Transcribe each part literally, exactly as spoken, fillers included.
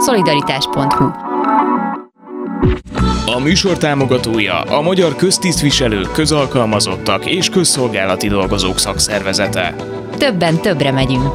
szolidaritás pont hu. A műsor támogatója a Magyar Köztisztviselők, Közalkalmazottak és Közszolgálati Dolgozók Szakszervezete. Többen többre megyünk.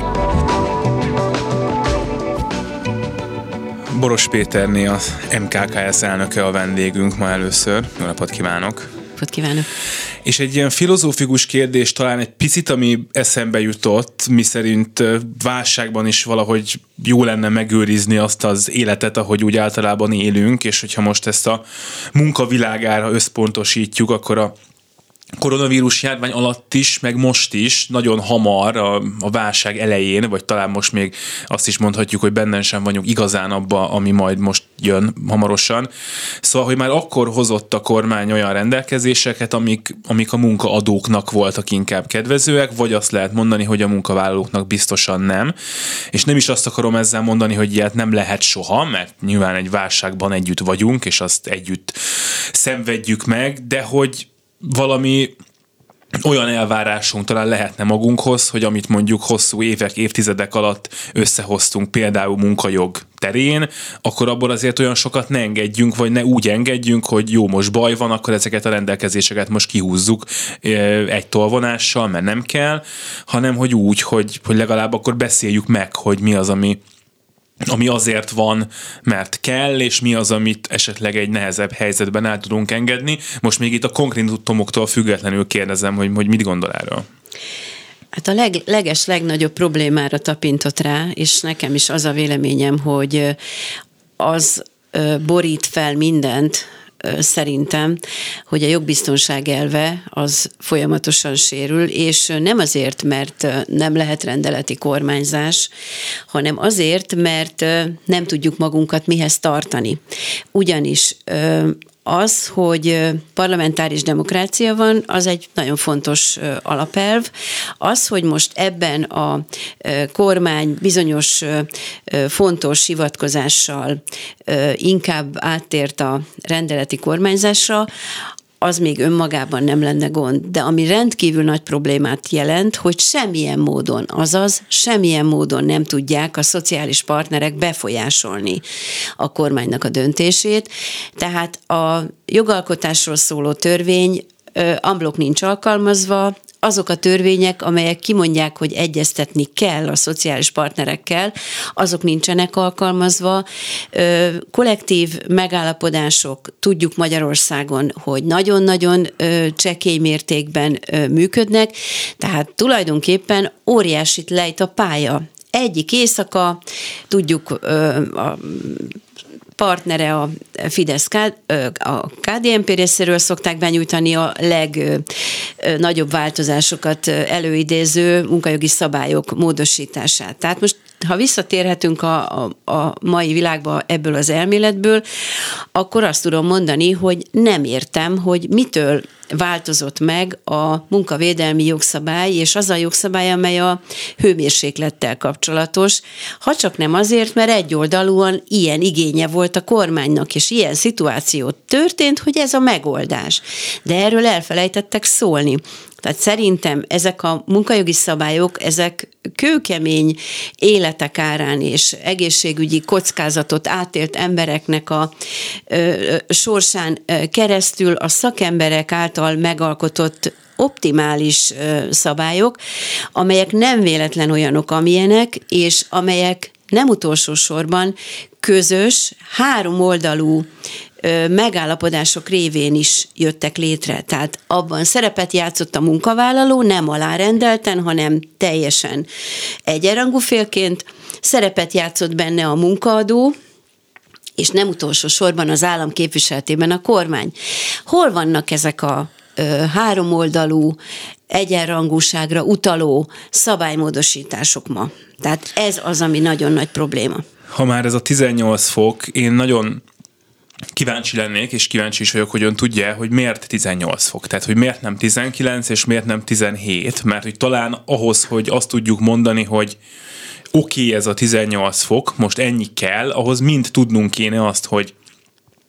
Boros Péterné, az em ká ká es elnöke a vendégünk ma először. Jó napot kívánok! Napot kívánok! És egy ilyen filozófikus kérdés talán egy picit, ami eszembe jutott, miszerint válságban is valahogy jó lenne megőrizni azt az életet, ahogy úgy általában élünk, és hogyha most ezt a munkavilágára összpontosítjuk, akkor a koronavírus járvány alatt is, meg most is, nagyon hamar a, a válság elején, vagy talán most még azt is mondhatjuk, hogy benne sem vagyunk igazán abba, ami majd most jön hamarosan. Szóval, hogy már akkor hozott a kormány olyan rendelkezéseket, amik, amik a munkaadóknak voltak inkább kedvezőek, vagy azt lehet mondani, hogy a munkavállalóknak biztosan nem. És nem is azt akarom ezzel mondani, hogy ilyet nem lehet soha, mert nyilván egy válságban együtt vagyunk, és azt együtt szenvedjük meg, de hogy valami olyan elvárásunk talán lehetne magunkhoz, hogy amit mondjuk hosszú évek, évtizedek alatt összehoztunk például munkajog terén, akkor abból azért olyan sokat ne engedjünk, vagy ne úgy engedjünk, hogy jó, most baj van, akkor ezeket a rendelkezéseket most kihúzzuk egy tolvonással, mert nem kell, hanem hogy úgy, hogy, hogy legalább akkor beszéljük meg, hogy mi az, ami ami azért van, mert kell, és mi az, amit esetleg egy nehezebb helyzetben el tudunk engedni. Most még itt a konkrétumoktól függetlenül kérdezem, hogy, hogy mit gondol erről? Hát a leg, leges, legnagyobb problémára tapintott rá, és nekem is az a véleményem, hogy az borít fel mindent, szerintem, hogy a jogbiztonság elve az folyamatosan sérül, és nem azért, mert nem lehet rendeleti kormányzás, hanem azért, mert nem tudjuk magunkat mihez tartani. Ugyanis az, hogy parlamentáris demokrácia van, az egy nagyon fontos alapelv. Az, hogy most ebben a kormány bizonyos fontos hivatkozással inkább áttért a rendeleti kormányzásra, az még önmagában nem lenne gond. De ami rendkívül nagy problémát jelent, hogy semmilyen módon, azaz semmilyen módon nem tudják a szociális partnerek befolyásolni a kormánynak a döntését. Tehát a jogalkotásról szóló törvény amblok nincs alkalmazva, azok a törvények, amelyek kimondják, hogy egyeztetni kell a szociális partnerekkel, azok nincsenek alkalmazva. Kollektív megállapodások, tudjuk Magyarországon, hogy nagyon-nagyon csekély mértékben működnek, tehát tulajdonképpen óriásit lejt a pálya. Egyik éjszaka, tudjuk, a partnere a Fidesz, a ká dé en pé részéről szokták benyújtani a legnagyobb változásokat előidéző munkajogi szabályok módosítását. Tehát most, ha visszatérhetünk a, a, a mai világba ebből az elméletből, akkor azt tudom mondani, hogy nem értem, hogy mitől változott meg a munkavédelmi jogszabály, és az a jogszabály, amely a hőmérséklettel kapcsolatos, ha csak nem azért, mert egyoldalúan ilyen igénye volt a kormánynak, és ilyen szituáció történt, hogy ez a megoldás. De erről elfelejtettek szólni. Tehát szerintem ezek a munkajogi szabályok, ezek kőkemény életek árán és egészségügyi kockázatot átélt embereknek a ö, sorsán keresztül a szakemberek által megalkotott optimális ö, szabályok, amelyek nem véletlen olyanok, amilyenek, és amelyek nem utolsó sorban közös, háromoldalú megállapodások révén is jöttek létre. Tehát abban szerepet játszott a munkavállaló, nem alárendelten, hanem teljesen egyenrangú félként, szerepet játszott benne a munkaadó, és nem utolsó sorban az állam képviseletében a kormány. Hol vannak ezek a ö, háromoldalú, egyenrangúságra utaló szabálymódosítások ma? Tehát ez az, ami nagyon nagy probléma. Ha már ez a tizennyolc fok, én nagyon kíváncsi lennék, és kíváncsi is vagyok, hogy ön tudja, hogy miért tizennyolc fok. Tehát, hogy miért nem tizenkilenc, és miért nem tizenhét, mert hogy talán ahhoz, hogy azt tudjuk mondani, hogy oké, okay, ez a tizennyolc fok, most ennyi kell, ahhoz mind tudnunk kéne azt, hogy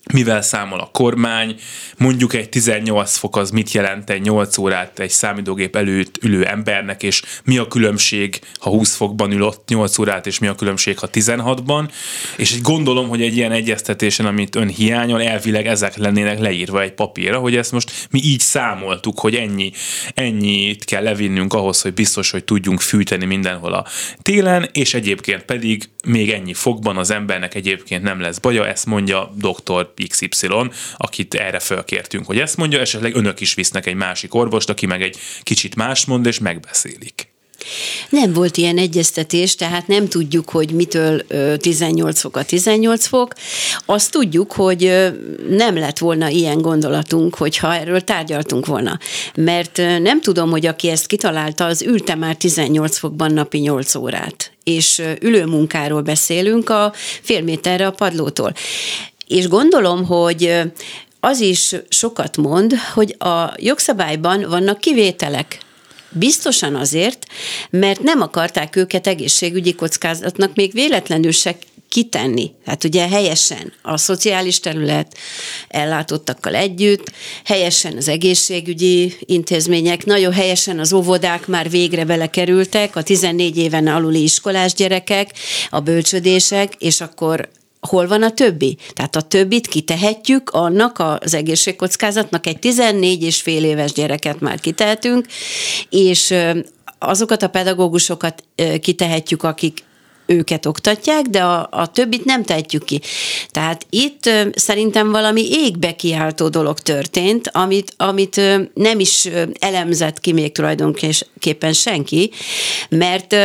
mivel számol a kormány, mondjuk egy tizennyolc fok az mit jelent egy nyolc órát egy számítógép előtt ülő embernek, és mi a különbség, ha húsz fokban ül ott nyolc órát, és mi a különbség, ha tizenhatban, és gondolom, hogy egy ilyen egyeztetésen, amit ön hiányol, elvileg ezek lennének leírva egy papírra, hogy ezt most mi így számoltuk, hogy ennyi, ennyit kell levinnünk ahhoz, hogy biztos, hogy tudjunk fűteni mindenhol a télen, és egyébként pedig még ennyi fokban az embernek egyébként nem lesz baja, ezt mondja doktor iksz ipszilon, akit erre fölkértünk, hogy ezt mondja, esetleg önök is visznek egy másik orvost, aki meg egy kicsit más mond, és megbeszélik. Nem volt ilyen egyeztetés, tehát nem tudjuk, hogy mitől tizennyolc fok a tizennyolc fok. Azt tudjuk, hogy nem lett volna ilyen gondolatunk, hogyha erről tárgyaltunk volna. Mert nem tudom, hogy aki ezt kitalálta, az ülte már tizennyolc fokban napi nyolc órát. És ülőmunkáról beszélünk a fél méterre a padlótól. És gondolom, hogy az is sokat mond, hogy a jogszabályban vannak kivételek. Biztosan azért, mert nem akarták őket egészségügyi kockázatnak még véletlenül se kitenni. Hát ugye helyesen a szociális terület ellátottakkal együtt, helyesen az egészségügyi intézmények, nagyon helyesen az óvodák már végre belekerültek, a tizennégy éven aluli iskolás gyerekek, a bölcsödések, és akkor hol van a többi? Tehát a többit kitehetjük annak az egészségkockázatnak, egy tizennégy és fél éves gyereket már kitehetünk, és azokat a pedagógusokat kitehetjük, akik őket oktatják, de a, a többit nem tehetjük ki. Tehát itt szerintem valami égbe kiáltó dolog történt, amit, amit nem is elemzett ki még tulajdonképpen senki, mert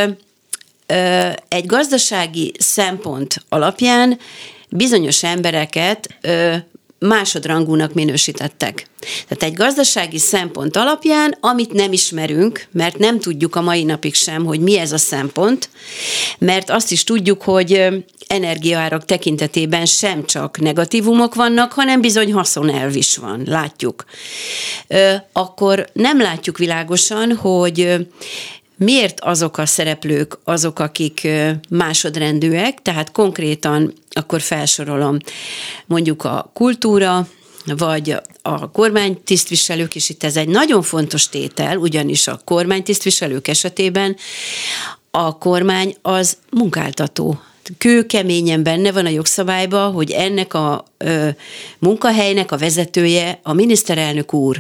egy gazdasági szempont alapján bizonyos embereket másodrangúnak minősítettek. Tehát egy gazdasági szempont alapján, amit nem ismerünk, mert nem tudjuk a mai napig sem, hogy mi ez a szempont, mert azt is tudjuk, hogy energiaárak tekintetében sem csak negatívumok vannak, hanem bizony haszonelv is van, látjuk. Akkor nem látjuk világosan, hogy miért azok a szereplők, azok, akik másodrendűek, tehát konkrétan akkor felsorolom mondjuk a kultúra, vagy a kormánytisztviselők, és itt ez egy nagyon fontos tétel, ugyanis a kormánytisztviselők esetében a kormány az munkáltató. Kőkeményen benne van a jogszabályban, hogy ennek a ö, munkahelynek a vezetője a miniszterelnök úr.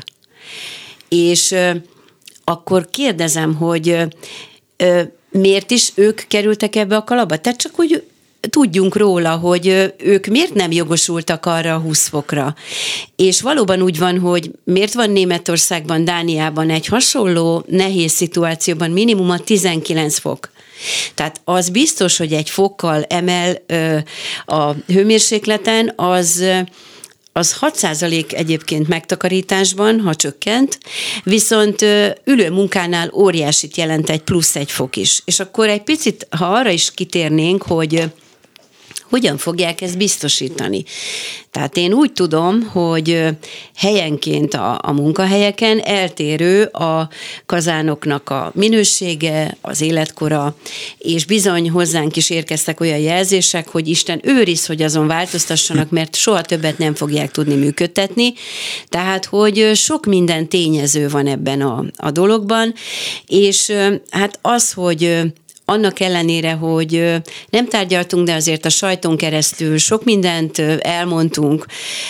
És ö, akkor kérdezem, hogy ö, miért is ők kerültek ebbe a kalapba? Tehát csak úgy tudjunk róla, hogy ők miért nem jogosultak arra a húsz fokra. És valóban úgy van, hogy miért van Németországban, Dániában egy hasonló nehéz szituációban minimum a tizenkilenc fok. Tehát az biztos, hogy egy fokkal emel ö, a hőmérsékleten, az... az hat százalék egyébként megtakarításban, ha csökkent, viszont ülő munkánál óriásit jelent egy plusz egy fok is. És akkor egy picit, ha arra is kitérnénk, hogy hogyan fogják ezt biztosítani. Tehát én úgy tudom, hogy helyenként a, a munkahelyeken eltérő a kazánoknak a minősége, az életkora, és bizony hozzánk is érkeztek olyan jelzések, hogy Isten őriz, hogy azon változtassanak, mert soha többet nem fogják tudni működtetni. Tehát, hogy sok minden tényező van ebben a, a dologban, és hát az, hogy annak ellenére, hogy nem tárgyaltunk, de azért a sajton keresztül sok mindent elmondtunk,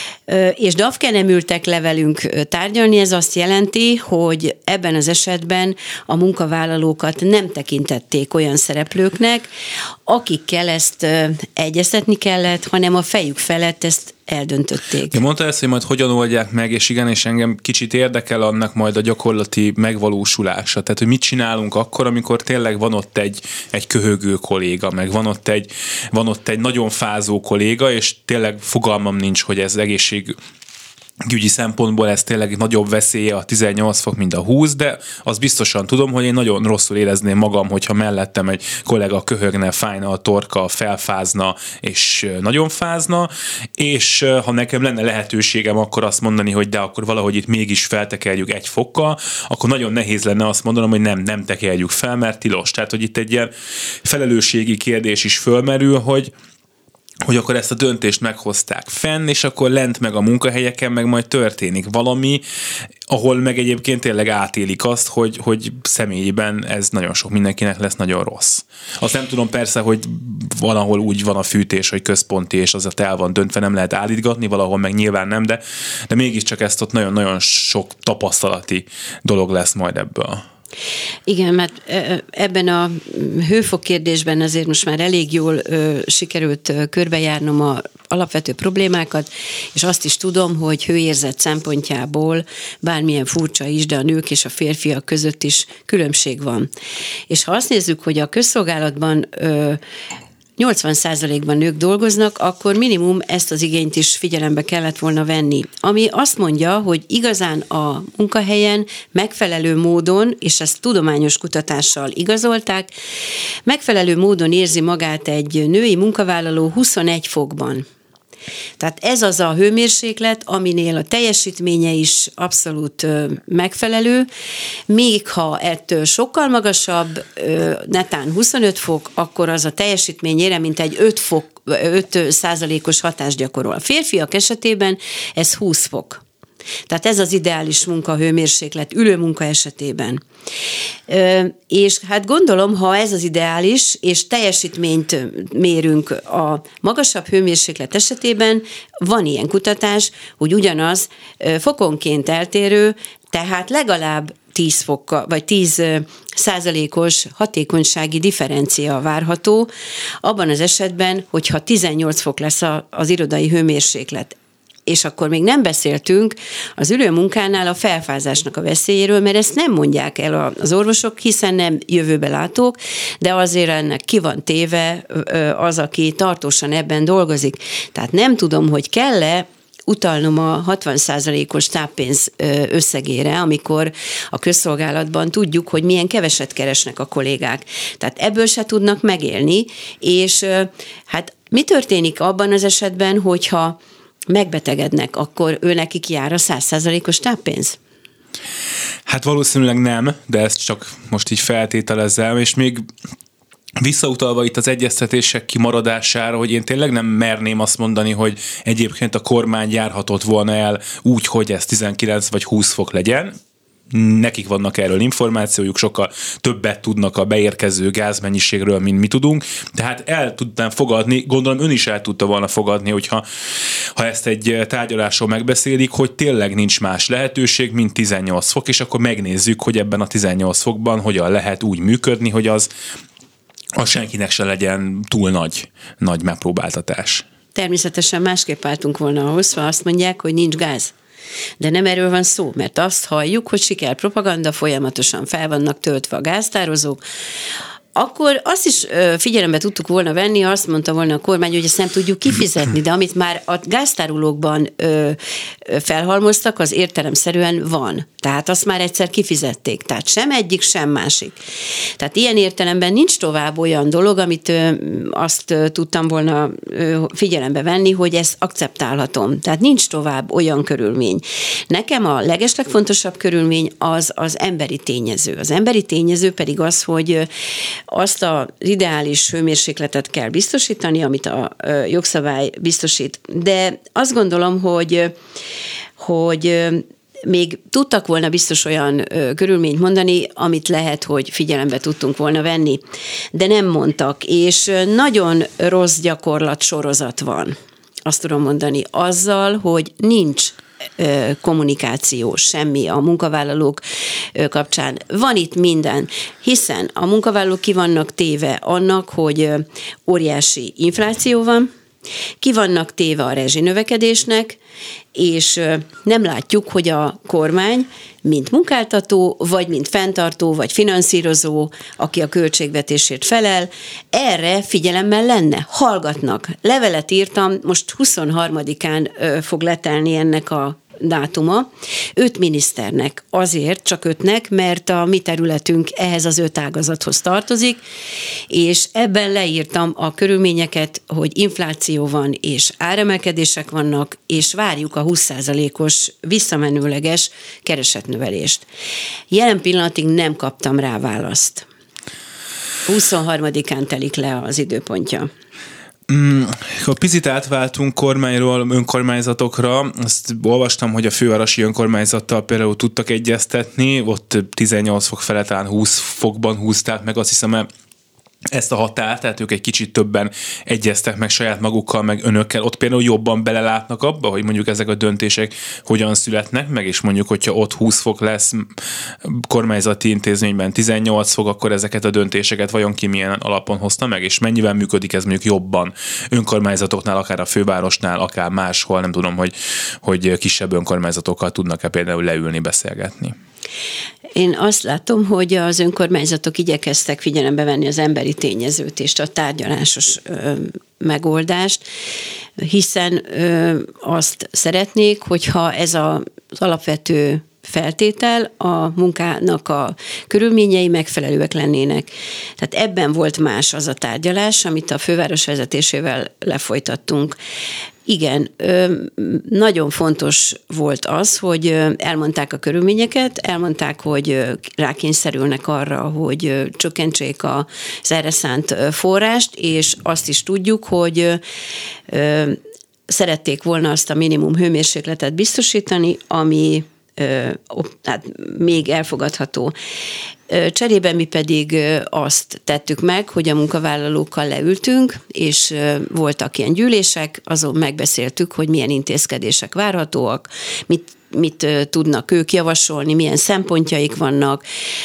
és dafke nem ültek le velünk tárgyalni, ez azt jelenti, hogy ebben az esetben a munkavállalókat nem tekintették olyan szereplőknek, akikkel ezt egyeztetni kellett, hanem a fejük felett ezt eldöntötték. Ja, mondta ezt, hogy majd hogyan oldják meg, és igen, és engem kicsit érdekel annak majd a gyakorlati megvalósulása. Tehát, hogy mit csinálunk akkor, amikor tényleg van ott egy, egy köhögő kolléga, meg van ott egy, van ott egy nagyon fázó kolléga, és tényleg fogalmam nincs, hogy ez egészség ügyi szempontból ez tényleg nagyobb veszélye a tizennyolc fok, mint a húsz, de az biztosan tudom, hogy én nagyon rosszul érezném magam, hogyha mellettem egy kollega köhögne, fájna a torka, felfázna, és nagyon fázna, és ha nekem lenne lehetőségem akkor azt mondani, hogy de akkor valahogy itt mégis feltekerjük egy fokkal, akkor nagyon nehéz lenne azt mondanom, hogy nem, nem tekerjük fel, mert tilos. Tehát, hogy itt egy ilyen felelősségi kérdés is fölmerül, hogy hogy akkor ezt a döntést meghozták fenn, és akkor lent meg a munkahelyeken meg majd történik valami, ahol meg egyébként tényleg átélik azt, hogy, hogy személyében ez nagyon sok mindenkinek lesz nagyon rossz. Azt nem tudom persze, hogy valahol úgy van a fűtés, hogy központi, és az el van döntve, nem lehet állítgatni, valahol meg nyilván nem, de, de mégiscsak ezt ott nagyon-nagyon sok tapasztalati dolog lesz majd ebből. Igen, mert ebben a hőfok kérdésben azért most már elég jól ö, sikerült körbejárnom a alapvető problémákat, és azt is tudom, hogy hőérzet szempontjából bármilyen furcsa is, de a nők és a férfiak között is különbség van. És ha azt nézzük, hogy a közszolgálatban ö, nyolcvan százalékban nők dolgoznak, akkor minimum ezt az igényt is figyelembe kellett volna venni. Ami azt mondja, hogy igazán a munkahelyen megfelelő módon, és ezt tudományos kutatással igazolták, megfelelő módon érzi magát egy női munkavállaló huszonegy fokban. Tehát ez az a hőmérséklet, aminél a teljesítménye is abszolút megfelelő, még ha ettől sokkal magasabb, netán huszonöt fok, akkor az a teljesítményére mint egy öt fok, öt százalékos hatást gyakorol. A férfiak esetében ez húsz fok. Tehát ez az ideális munkahőmérséklet ülő munka esetében. És hát gondolom, ha ez az ideális, és teljesítményt mérünk a magasabb hőmérséklet esetében, van ilyen kutatás, hogy ugyanaz fokonként eltérő, tehát legalább tíz fokkal, vagy tíz százalékos hatékonysági differencia várható, abban az esetben, hogyha tizennyolc fok lesz az irodai hőmérséklet. És akkor még nem beszéltünk az ülőmunkánál a felfázásnak a veszélyéről, mert ezt nem mondják el az orvosok, hiszen nem jövőbe látók, de azért ennek ki van téve az, aki tartósan ebben dolgozik. Tehát nem tudom, hogy kell-e utalnom a hatvan százalékos táppénz összegére, amikor a közszolgálatban tudjuk, hogy milyen keveset keresnek a kollégák. Tehát ebből se tudnak megélni, és hát mi történik abban az esetben, hogyha megbetegednek, akkor ő nekik jár a száz százalékos táppénz? Hát valószínűleg nem, de ezt csak most így feltételezem, és még visszautalva itt az egyeztetések kimaradására, hogy én tényleg nem merném azt mondani, hogy egyébként a kormány járhatott volna el úgy, hogy ez tizenkilenc vagy húsz fok legyen. Nekik vannak erről információjuk, sokkal többet tudnak a beérkező gázmennyiségről, mint mi tudunk, tehát el tudnám fogadni, gondolom ön is el tudta volna fogadni, hogyha ha ezt egy tárgyaláson megbeszélik, hogy tényleg nincs más lehetőség, mint tizennyolc fok, és akkor megnézzük, hogy ebben a tizennyolc fokban hogyan lehet úgy működni, hogy az, az senkinek se legyen túl nagy, nagy megpróbáltatás. Természetesen másképp álltunk volna ahhoz, ha azt mondják, hogy nincs gáz. De nem erről van szó, mert azt halljuk, hogy sikerpropaganda, folyamatosan fel vannak töltve a gáztározók, akkor azt is figyelembe tudtuk volna venni, azt mondta volna a kormány, hogy ezt nem tudjuk kifizetni, de amit már a gáztárolókban felhalmoztak, az értelemszerűen van. Tehát azt már egyszer kifizették. Tehát sem egyik, sem másik. Tehát ilyen értelemben nincs tovább olyan dolog, amit azt tudtam volna figyelembe venni, hogy ezt akceptálhatom. Tehát nincs tovább olyan körülmény. Nekem a legeslegfontosabb körülmény az az emberi tényező. Az emberi tényező pedig az, hogy azt az ideális hőmérsékletet kell biztosítani, amit a jogszabály biztosít. De azt gondolom, hogy, hogy még tudtak volna biztos olyan ö, körülményt mondani, amit lehet, hogy figyelembe tudtunk volna venni, de nem mondtak, és nagyon rossz gyakorlat sorozat van, azt tudom mondani, azzal, hogy nincs ö, kommunikáció, semmi a munkavállalók ö, kapcsán. Van itt minden, hiszen a munkavállalók ki vannak téve annak, hogy ö, óriási infláció van, ki vannak téve a rezsinövekedésnek, és nem látjuk, hogy a kormány, mint munkáltató, vagy mint fenntartó, vagy finanszírozó, aki a költségvetésért felel, erre figyelemmel lenne. Hallgatnak. Levelet írtam, most huszonharmadikán fog letelni ennek a dátuma, öt miniszternek, azért csak ötnek, mert a mi területünk ehhez az öt ágazathoz tartozik, és ebben leírtam a körülményeket, hogy infláció van, és áremelkedések vannak, és várjuk a húsz százalékos visszamenőleges keresetnövelést. Jelen pillanatig nem kaptam rá választ. huszonharmadikán telik le az időpontja. Mm, ha picit átváltunk kormányról önkormányzatokra, azt olvastam, hogy a fővárosi önkormányzattal például tudtak egyeztetni, ott tizennyolc fok felett, talán húsz fokban húzták meg, azt hiszem, ezt a határt, tehát ők egy kicsit többen egyeztek meg saját magukkal, meg önökkel, ott például jobban belelátnak abba, hogy mondjuk ezek a döntések hogyan születnek meg, és mondjuk, hogyha ott húsz fok lesz kormányzati intézményben tizennyolc fok, akkor ezeket a döntéseket vajon ki milyen alapon hozta meg, és mennyivel működik ez mondjuk jobban önkormányzatoknál, akár a fővárosnál, akár máshol, nem tudom, hogy, hogy kisebb önkormányzatokkal tudnak-e például leülni, beszélgetni. Én azt látom, hogy az önkormányzatok igyekeztek figyelembe venni az emberi tényezőt és a tárgyalásos ö, megoldást, hiszen ö, azt szeretnék, hogyha ez a, az alapvető feltétel, a munkának a körülményei megfelelőek lennének. Tehát ebben volt más az a tárgyalás, amit a főváros vezetésével lefolytattunk. Igen, nagyon fontos volt az, hogy elmondták a körülményeket, elmondták, hogy rákényszerülnek arra, hogy csökkentsék az erre szánt forrást, és azt is tudjuk, hogy szerették volna azt a minimum hőmérsékletet biztosítani, ami hát még elfogadható. Cserében mi pedig azt tettük meg, hogy a munkavállalókkal leültünk, és voltak ilyen gyűlések, azon megbeszéltük, hogy milyen intézkedések várhatóak, mit mit tudnak ők javasolni, milyen szempontjaik vannak.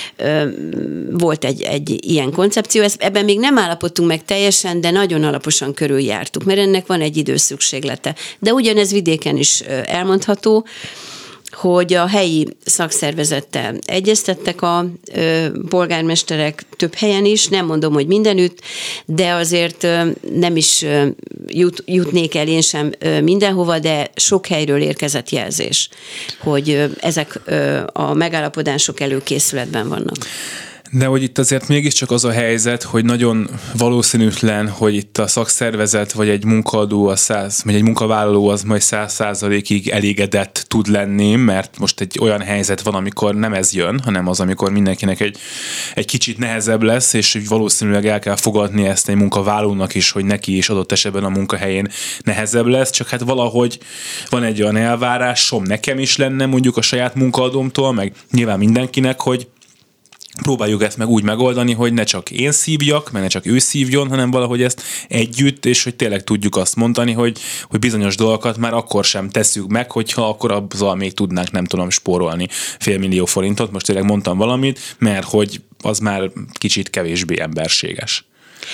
Volt egy, egy ilyen koncepció, ebben még nem állapodtunk meg teljesen, de nagyon alaposan körüljártuk, mert ennek van egy időszükséglete. De ugyanez vidéken is elmondható, hogy a helyi szakszervezettel egyeztettek a ö, polgármesterek több helyen is, nem mondom, hogy mindenütt, de azért ö, nem is ö, jut, jutnék el én sem ö, mindenhova, de sok helyről érkezett jelzés, hogy ö, ezek ö, a megállapodások előkészületben vannak. De hogy itt azért mégiscsak az a helyzet, hogy nagyon valószínűtlen, hogy itt a szakszervezet vagy egy munkaadó, a száz, vagy egy munkavállaló az majd száz százalékig elégedett tud lenni, mert most egy olyan helyzet van, amikor nem ez jön, hanem az, amikor mindenkinek egy, egy kicsit nehezebb lesz, és valószínűleg el kell fogadni ezt egy munkavállalónak is, hogy neki is adott esetben a munkahelyén nehezebb lesz, csak hát valahogy van egy olyan elvárásom, nekem is lenne mondjuk a saját munkaadómtól, meg nyilván mindenkinek, hogy próbáljuk ezt meg úgy megoldani, hogy ne csak én szívjak, meg ne csak ő szívjon, hanem valahogy ezt együtt, és hogy tényleg tudjuk azt mondani, hogy, hogy bizonyos dolgokat már akkor sem tesszük meg, hogyha akkor azzal még tudnánk, nem tudom, spórolni félmillió forintot, most tényleg mondtam valamit, mert hogy az már kicsit kevésbé emberséges.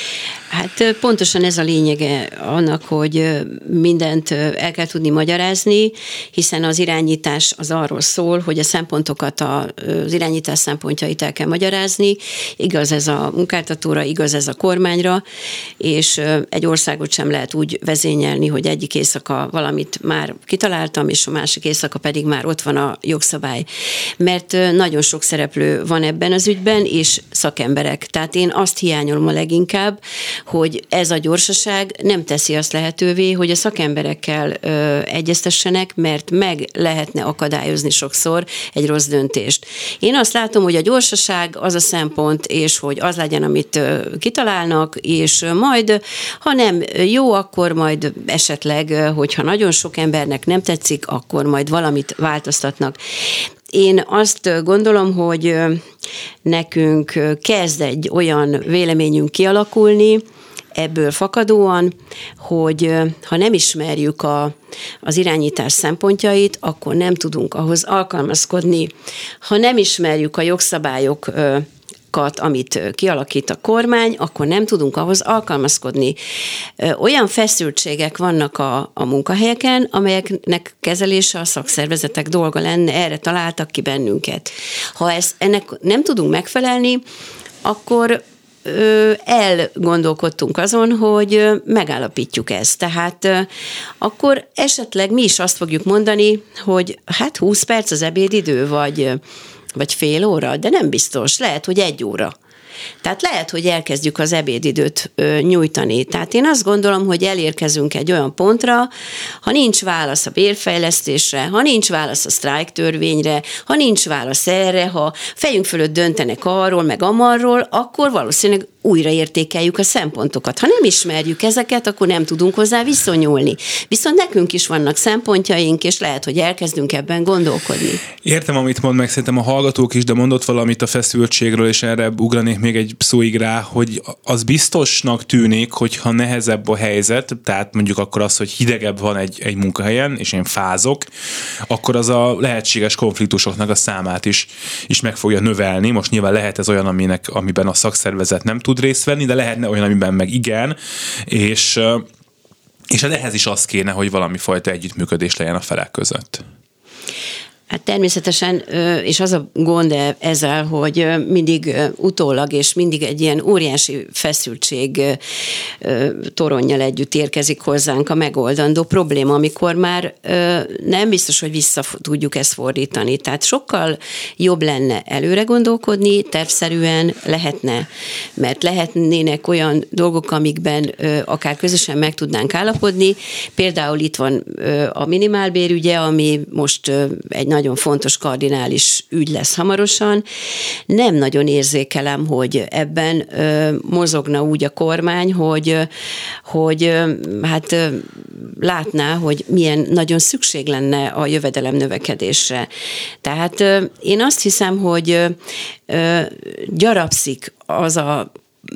Hát pontosan ez a lényege annak, hogy mindent el kell tudni magyarázni, hiszen az irányítás az arról szól, hogy a szempontokat, az irányítás szempontjait el kell magyarázni, igaz ez a munkáltatóra, igaz ez a kormányra, és egy országot sem lehet úgy vezényelni, hogy egyik éjszaka valamit már kitaláltam, és a másik éjszaka pedig már ott van a jogszabály. Mert nagyon sok szereplő van ebben az ügyben, és szakemberek. Tehát én azt hiányolom a leginkább, hogy ez a gyorsaság nem teszi azt lehetővé, hogy a szakemberekkel ö, egyeztessenek, mert meg lehetne akadályozni sokszor egy rossz döntést. Én azt látom, hogy a gyorsaság az a szempont, és hogy az legyen, amit ö, kitalálnak, és majd, ha nem jó, akkor majd esetleg, hogyha nagyon sok embernek nem tetszik, akkor majd valamit változtatnak. Én azt gondolom, hogy nekünk kezd egy olyan véleményünk kialakulni, ebből fakadóan, hogy ha nem ismerjük a, az irányítás szempontjait, akkor nem tudunk ahhoz alkalmazkodni. Ha nem ismerjük a jogszabályokat, amit kialakít a kormány, akkor nem tudunk ahhoz alkalmazkodni. Olyan feszültségek vannak a, a munkahelyeken, amelyeknek kezelése a szakszervezetek dolga lenne, erre találtak ki bennünket. Ha ezt, ennek nem tudunk megfelelni, akkor elgondolkodtunk azon, hogy megállapítjuk ezt. Tehát akkor esetleg mi is azt fogjuk mondani, hogy hát húsz perc az ebédidő, vagy, vagy fél óra, de nem biztos, lehet, hogy egy óra. Tehát lehet, hogy elkezdjük az ebédidőt ö, nyújtani. Tehát én azt gondolom, hogy elérkezünk egy olyan pontra, ha nincs válasz a bérfejlesztésre, ha nincs válasz a sztrájktörvényre, ha nincs válasz erre, ha fejünk fölött döntenek arról, meg amarról, akkor valószínűleg újraértékeljük a szempontokat. Ha nem ismerjük ezeket, akkor nem tudunk hozzá viszonyulni. Viszont nekünk is vannak szempontjaink, és lehet, hogy elkezdünk ebben gondolkodni. Értem, amit mond, meg szerintem a hallgatók is, de mondott valamit a feszültségről, és erre ugranék még egy szóig rá, hogy az biztosnak tűnik, hogyha nehezebb a helyzet, tehát mondjuk akkor az, hogy hidegebb van egy, egy munkahelyen, és én fázok, akkor az a lehetséges konfliktusoknak a számát is, is meg fogja növelni. Most nyilván lehet ez olyan, aminek, amiben a szakszervezet nem tud részt venni, de lehetne olyan, amiben meg igen, és, és ehhez is az kéne, hogy valami fajta együttműködés legyen a felek között. Hát természetesen, és az a gond ezzel, hogy mindig utólag, és mindig egy ilyen óriási feszültség toronnyal együtt érkezik hozzánk a megoldandó probléma, amikor már nem biztos, hogy vissza tudjuk ezt fordítani. Tehát sokkal jobb lenne előre gondolkodni, tervszerűen lehetne, mert lehetnének olyan dolgok, amikben akár közösen meg tudnánk állapodni. Például itt van a minimálbér ügye, ami most egy nagy nagyon fontos kardinális ügy lesz hamarosan. Nem nagyon érzékelem, hogy ebben ö, mozogna úgy a kormány, hogy, hogy ö, hát ö, látná, hogy milyen nagyon szükség lenne a jövedelem növekedésre. Tehát ö, én azt hiszem, hogy ö, gyarapszik az a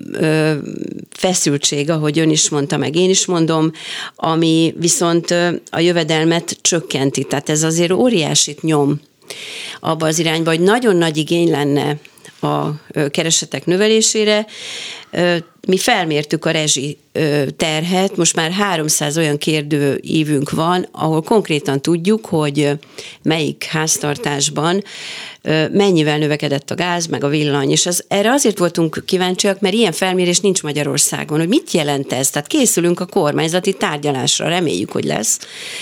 feszültség, ahogy ön is mondta, meg én is mondom, ami viszont a jövedelmet csökkenti. Tehát ez azért óriásit nyom abba az irányba, hogy nagyon nagy igény lenne a keresetek növelésére. Mi felmértük a rezsi terhet, most már háromszáz olyan kérdőívünk van, ahol konkrétan tudjuk, hogy melyik háztartásban mennyivel növekedett a gáz, meg a villany, és az, erre azért voltunk kíváncsiak, mert ilyen felmérés nincs Magyarországon, hogy mit jelent ez, tehát készülünk a kormányzati tárgyalásra, reméljük, hogy lesz.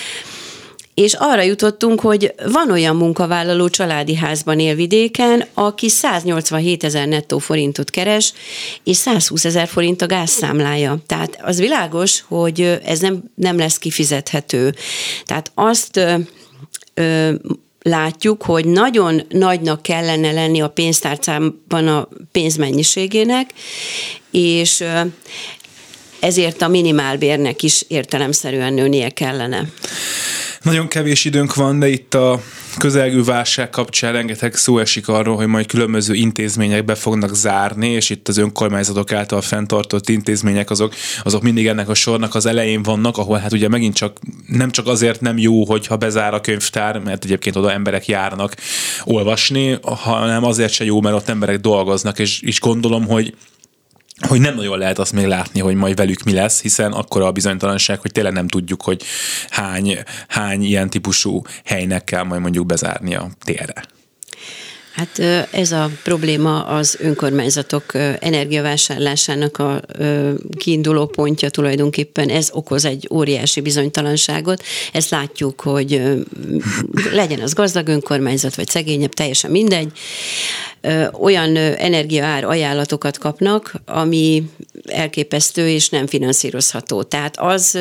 És arra jutottunk, hogy van olyan munkavállaló családi házban él vidéken, aki száznyolcvanhét ezer nettó forintot keres, és százhúsz ezer forint a gázszámlája. Tehát az világos, hogy ez nem, nem lesz kifizethető. Tehát azt ö, ö, látjuk, hogy nagyon nagynak kellene lenni a pénztárcában a pénzmennyiségének, és ö, ezért a minimálbérnek is értelemszerűen nőnie kellene. Nagyon kevés időnk van, de itt a közelgő válság kapcsán rengeteg szó esik arról, hogy majd különböző intézmények be fognak zárni, és itt az önkormányzatok által fenntartott intézmények azok, azok mindig ennek a sornak az elején vannak, ahol hát ugye megint csak nem csak azért nem jó, hogyha bezár a könyvtár, mert egyébként oda emberek járnak olvasni, hanem azért se jó, mert ott emberek dolgoznak, és is gondolom, hogy hogy nem nagyon lehet azt még látni, hogy majd velük mi lesz, hiszen akkora a bizonytalanság, hogy tényleg nem tudjuk, hogy hány, hány ilyen típusú helynek kell majd mondjuk bezárni a térre. Hát ez a probléma az önkormányzatok energiavásárlásának a kiinduló pontja tulajdonképpen. Ez okoz egy óriási bizonytalanságot. Ezt látjuk, hogy legyen az gazdag önkormányzat, vagy szegényebb, teljesen mindegy. Olyan energiaár ajánlatokat kapnak, ami elképesztő és nem finanszírozható. Tehát az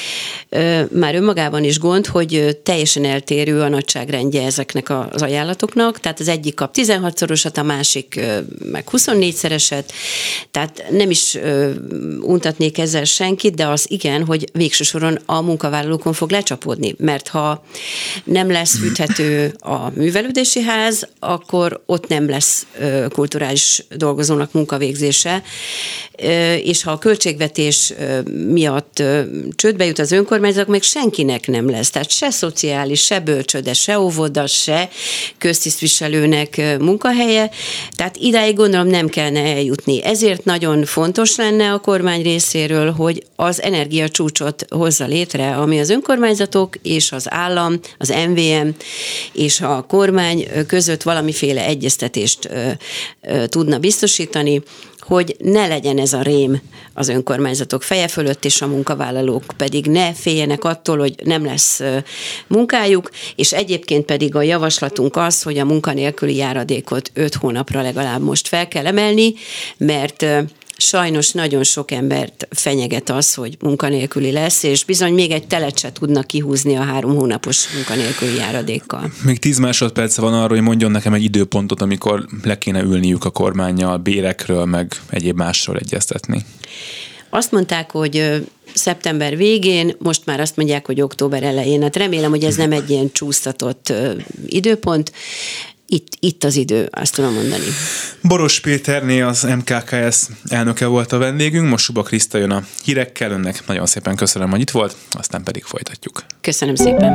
már önmagában is gond, hogy teljesen eltérő a nagyságrendje ezeknek az ajánlatoknak. Tehát az egyik kap tizenhatszorosat, a másik meg huszonnégyszereset. Tehát nem is untatnék ezzel senkit, de az igen, hogy végső soron a munkavállalókon fog lecsapódni. Mert ha nem lesz fűthető a művelődési ház, akkor ott nem lesz kulturális dolgozónak munkavégzése, és ha a költségvetés miatt csődbe jut az önkormányzat, meg senkinek nem lesz. Tehát se szociális, se bölcsőde, se óvoda, se köztisztviselőnek munkahelye. Tehát idáig gondolom nem kellene eljutni. Ezért nagyon fontos lenne a kormány részéről, hogy az energiacsúcsot hozza létre, ami az önkormányzatok és az állam, az em vé em és a kormány között valamiféle egyeztetést tudna biztosítani, hogy ne legyen ez a rém az önkormányzatok feje fölött, és a munkavállalók pedig ne féljenek attól, hogy nem lesz munkájuk, és egyébként pedig a javaslatunk az, hogy a munkanélküli járadékot öt hónapra legalább most fel kell emelni, mert sajnos nagyon sok embert fenyeget az, hogy munkanélküli lesz, és bizony még egy telet se tudnak kihúzni a három hónapos munkanélküli járadékkal. Még tíz másodperc van arról, hogy mondjon nekem egy időpontot, amikor le kéne ülniük a kormánnyal, bérekről, meg egyéb másról egyeztetni. Azt mondták, hogy szeptember végén, most már azt mondják, hogy október elején. Hát remélem, hogy ez nem egy ilyen csúsztatott időpont. Itt, itt az idő, azt tudom mondani. Boros Péterné, az em ká ká es elnöke volt a vendégünk, most Suba Kriszta jön a hírekkel, önnek nagyon szépen köszönöm, hogy itt volt, aztán pedig folytatjuk. Köszönöm szépen.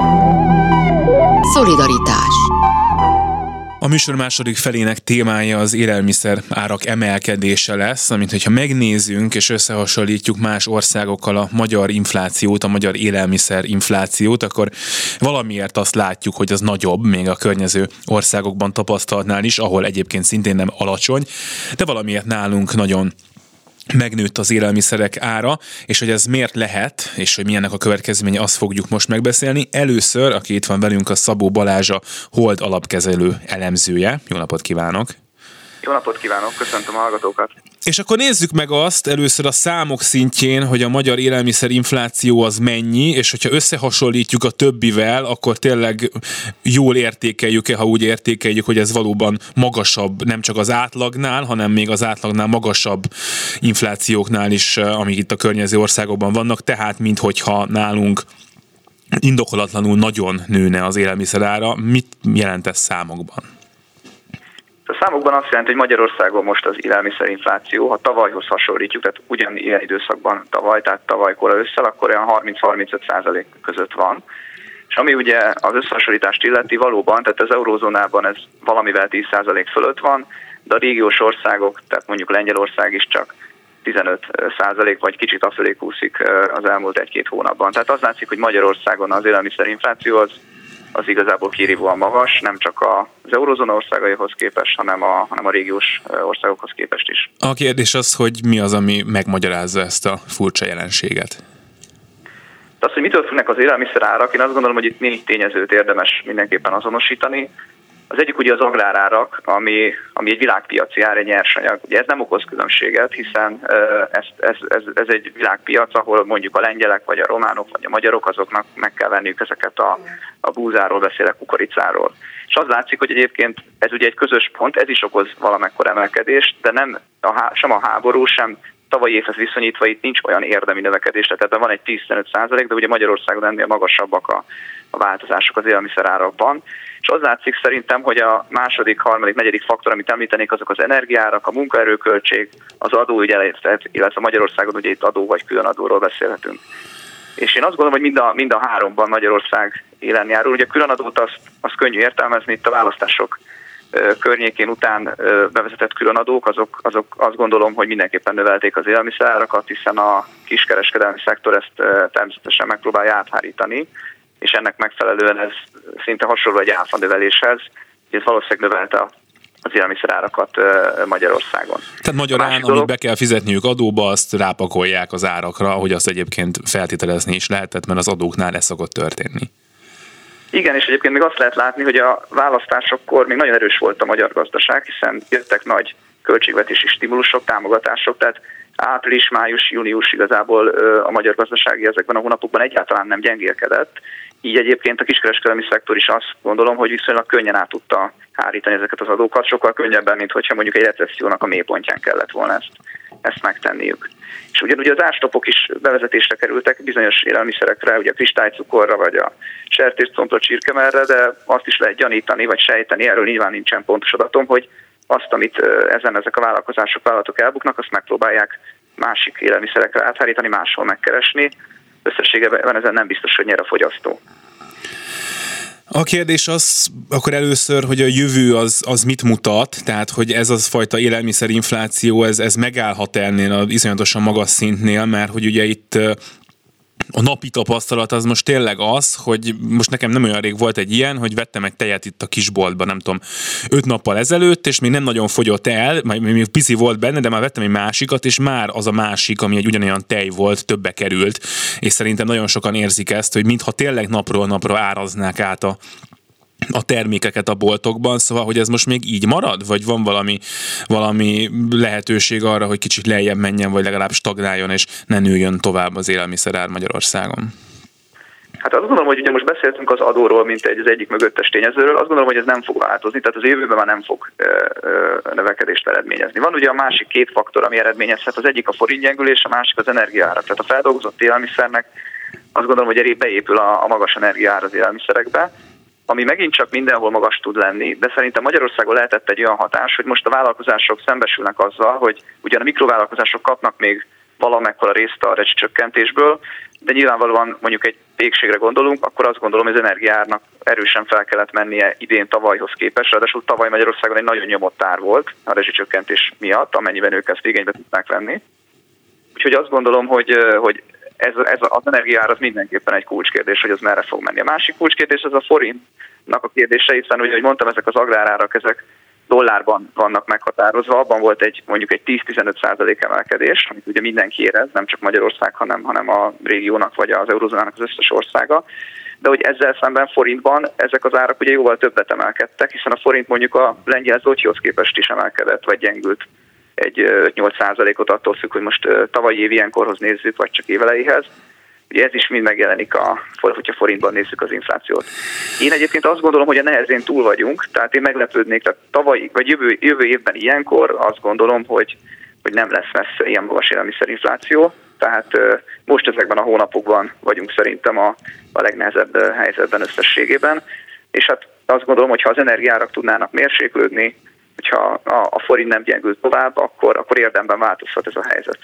Szolidaritás. A műsor második felének témája az élelmiszer árak emelkedése lesz, amint hogyha megnézzünk és összehasonlítjuk más országokkal a magyar inflációt, a magyar élelmiszer inflációt, akkor valamiért azt látjuk, hogy az nagyobb, még a környező országokban tapasztaltnál is, ahol egyébként szintén nem alacsony, de valamiért nálunk nagyon megnőtt az élelmiszerek ára, és hogy ez miért lehet, és hogy milyennek a következménye, azt fogjuk most megbeszélni. Először, aki itt van velünk, a Szabó Balázs, a Hold alapkezelő elemzője. Jó napot kívánok! Jó napot kívánok, köszöntöm a hallgatókat! És akkor nézzük meg azt először a számok szintjén, hogy a magyar élelmiszerinfláció az mennyi, és hogyha összehasonlítjuk a többivel, akkor tényleg jól értékeljük-e, ha úgy értékeljük, hogy ez valóban magasabb, nem csak az átlagnál, hanem még az átlagnál magasabb inflációknál is, amik itt a környező országokban vannak, tehát minthogyha nálunk indokolatlanul nagyon nőne az élelmiszerára. Mit jelent ez számokban? A számokban azt jelenti, hogy Magyarországon most az élelmiszerinfláció, ha tavalyhoz hasonlítjuk, tehát ugyanilyen időszakban tavaly, tehát tavalykor ősszel, akkor olyan harminc-harmincöt százalék között van. És ami ugye az összehasonlítást illeti, valóban, tehát az eurózónában ez valamivel tíz százalék fölött van, de a régiós országok, tehát mondjuk Lengyelország is csak tizenöt százalék, vagy kicsit afölé kúszik az elmúlt egy-két hónapban. Tehát az látszik, hogy Magyarországon az élelmiszerinfláció az az igazából kirívóan magas, nem csak az eurózóna országaihoz képest, hanem a, hanem a régiós országokhoz képest is. A kérdés az, hogy mi az, ami megmagyarázza ezt a furcsa jelenséget? De az, hogy mitől függnek az élelmiszerárak, én azt gondolom, hogy itt négy tényezőt érdemes mindenképpen azonosítani. Az egyik ugye az agrárárak, ami, ami egy világpiaci ár, egy nyersanyag. Ugye ez nem okoz különbséget, hiszen ez, ez, ez, ez egy világpiac, ahol mondjuk a lengyelek, vagy a románok, vagy a magyarok, azoknak meg kell venniük ezeket a, a búzáról, beszélek kukoricáról. És az látszik, hogy egyébként ez ugye egy közös pont, ez is okoz valamekkor emelkedést, de nem a, sem a háború, sem tavalyi évhez viszonyítva itt nincs olyan érdemi növekedés, tehát ebben van egy tíz-tizenöt százalék, de ugye Magyarországon ennél magasabbak a, a változások az élelmiszerárakban. És az látszik szerintem, hogy a második, harmadik, negyedik faktor, amit említenék, azok az energiárak, a munkaerőköltség, az adóügyelet, illetve Magyarországon ugye itt adó vagy külön adóról beszélhetünk. És én azt gondolom, hogy mind a, mind a háromban Magyarország élen járul. Ugye a különadót azt, azt könnyű értelmezni, itt a választások környékén után bevezetett különadók, azok, azok azt gondolom, hogy mindenképpen növelték az élelmiszerárakat, hiszen a kiskereskedelmi szektor ezt természetesen megpróbálja áthárítani, és ennek megfelelően ez szinte hasonló egy áfa növeléshez, ez valószínűleg növelte az élelmiszerárakat Magyarországon. Tehát magyarán, dolog... amit be kell fizetniük adóba, azt rápakolják az árakra, hogy azt egyébként feltételezni is lehetett, mert az adóknál ez szokott történni. Igen, és egyébként még azt lehet látni, hogy a választásokkor még nagyon erős volt a magyar gazdaság, hiszen jöttek nagy költségvetési stimulusok, támogatások, tehát április, május, június igazából a magyar gazdasági ezekben a hónapokban egyáltalán nem gyengélkedett. Így egyébként a kiskereskedelmi szektor is azt gondolom, hogy viszonylag könnyen át tudta hárítani ezeket az adókat, sokkal könnyebben, mint hogyha mondjuk egy recessziónak a mélypontján kellett volna ezt, ezt megtenniük. És ugyanúgy az árstopok is bevezetésre kerültek bizonyos élelmiszerekre, ugye a kristálycukorra, vagy a sertéscombra, csirkemelre, de azt is lehet gyanítani, vagy sejteni, erről nyilván nincsen pontos adatom, hogy azt, amit ezen ezek a vállalkozások, vállalatok elbuknak, azt megpróbálják másik élelmiszerekre áthárítani, máshol megkeresni. Összességében ezen nem biztos, hogy nyer a fogyasztó. A kérdés az akkor először, hogy a jövő az, az mit mutat, tehát hogy ez az fajta élelmiszerinfláció, ez, ez megállhat ennél az iszonyatosan magas szintnél, mert hogy ugye itt a napi tapasztalat az most tényleg az, hogy most nekem nem olyan rég volt egy ilyen, hogy vettem egy tejet itt a kisboltban, nem tudom, öt nappal ezelőtt, és még nem nagyon fogyott el, még pici volt benne, de már vettem egy másikat, és már az a másik, ami egy ugyanolyan tej volt, többe került, és szerintem nagyon sokan érzik ezt, hogy mintha tényleg napról napra áraznák át a a termékeket a boltokban, szóval, hogy ez most még így marad, vagy van valami, valami lehetőség arra, hogy kicsit lejjebb menjen, vagy legalább stagnáljon, és ne nőjön tovább az élelmiszerár Magyarországon? Hát azt gondolom, hogy ugye most beszéltünk az adóról, mint egy az egyik mögöttes tényezőről, azt gondolom, hogy ez nem fog változni, tehát az jövőben már nem fog ö, ö, növekedést eredményezni. Van ugye a másik két faktor, ami eredményezhet, az egyik a forintgyengülés, a másik az energiaárak. Tehát a feldolgozott élelmiszernek azt gondolom, hogy beépül a, a magas energiaár az élelmiszerekbe, ami megint csak mindenhol magas tud lenni, de szerintem Magyarországon lehetett egy olyan hatás, hogy most a vállalkozások szembesülnek azzal, hogy ugyan a mikrovállalkozások kapnak még valamekkora részt a rezsicsökkentésből, de nyilvánvalóan mondjuk egy végségre gondolunk, akkor azt gondolom, hogy az energiaárnak erősen fel kellett mennie idén tavalyhoz képest, ráadásul tavaly Magyarországon egy nagyon nyomott ár volt a rezsicsökkentés miatt, amennyiben ők ezt igénybe tudnák venni. Úgyhogy azt gondolom, hogy, hogy ez, ez az energiaár az mindenképpen egy kulcskérdés, hogy az merre fog menni. A másik kulcskérdés az a forintnak a kérdése, hiszen ugye, ahogy mondtam, ezek az agrárárak, ezek dollárban vannak meghatározva, abban volt egy mondjuk egy tíz-tizenöt százalék emelkedés, amit ugye mindenki érez, nem csak Magyarország, hanem, hanem a régiónak vagy az eurozónának az összes országa. De hogy ezzel szemben forintban ezek az árak ugye jóval többet emelkedtek, hiszen a forint mondjuk a lengyel zlotyhoz képest is emelkedett, vagy gyengült egy öt-nyolc százalékot, attól függ, hogy most tavalyi év ilyenkorhoz nézzük, vagy csak évelejéhez. Ugye ez is mind megjelenik, a, hogyha forintban nézzük az inflációt. Én egyébként azt gondolom, hogy a nehezén túl vagyunk, tehát én meglepődnék, tehát tavaly, vagy jövő, jövő évben ilyenkor azt gondolom, hogy, hogy nem lesz messze ilyen magas élelmiszerinfláció. Tehát most ezekben a hónapokban vagyunk szerintem a, a legnehezebb helyzetben összességében. És hát azt gondolom, hogy ha az energiárak tudnának mérséklődni, hogyha a, a forint nem gyengül tovább, akkor, akkor érdemben változhat ez a helyzet.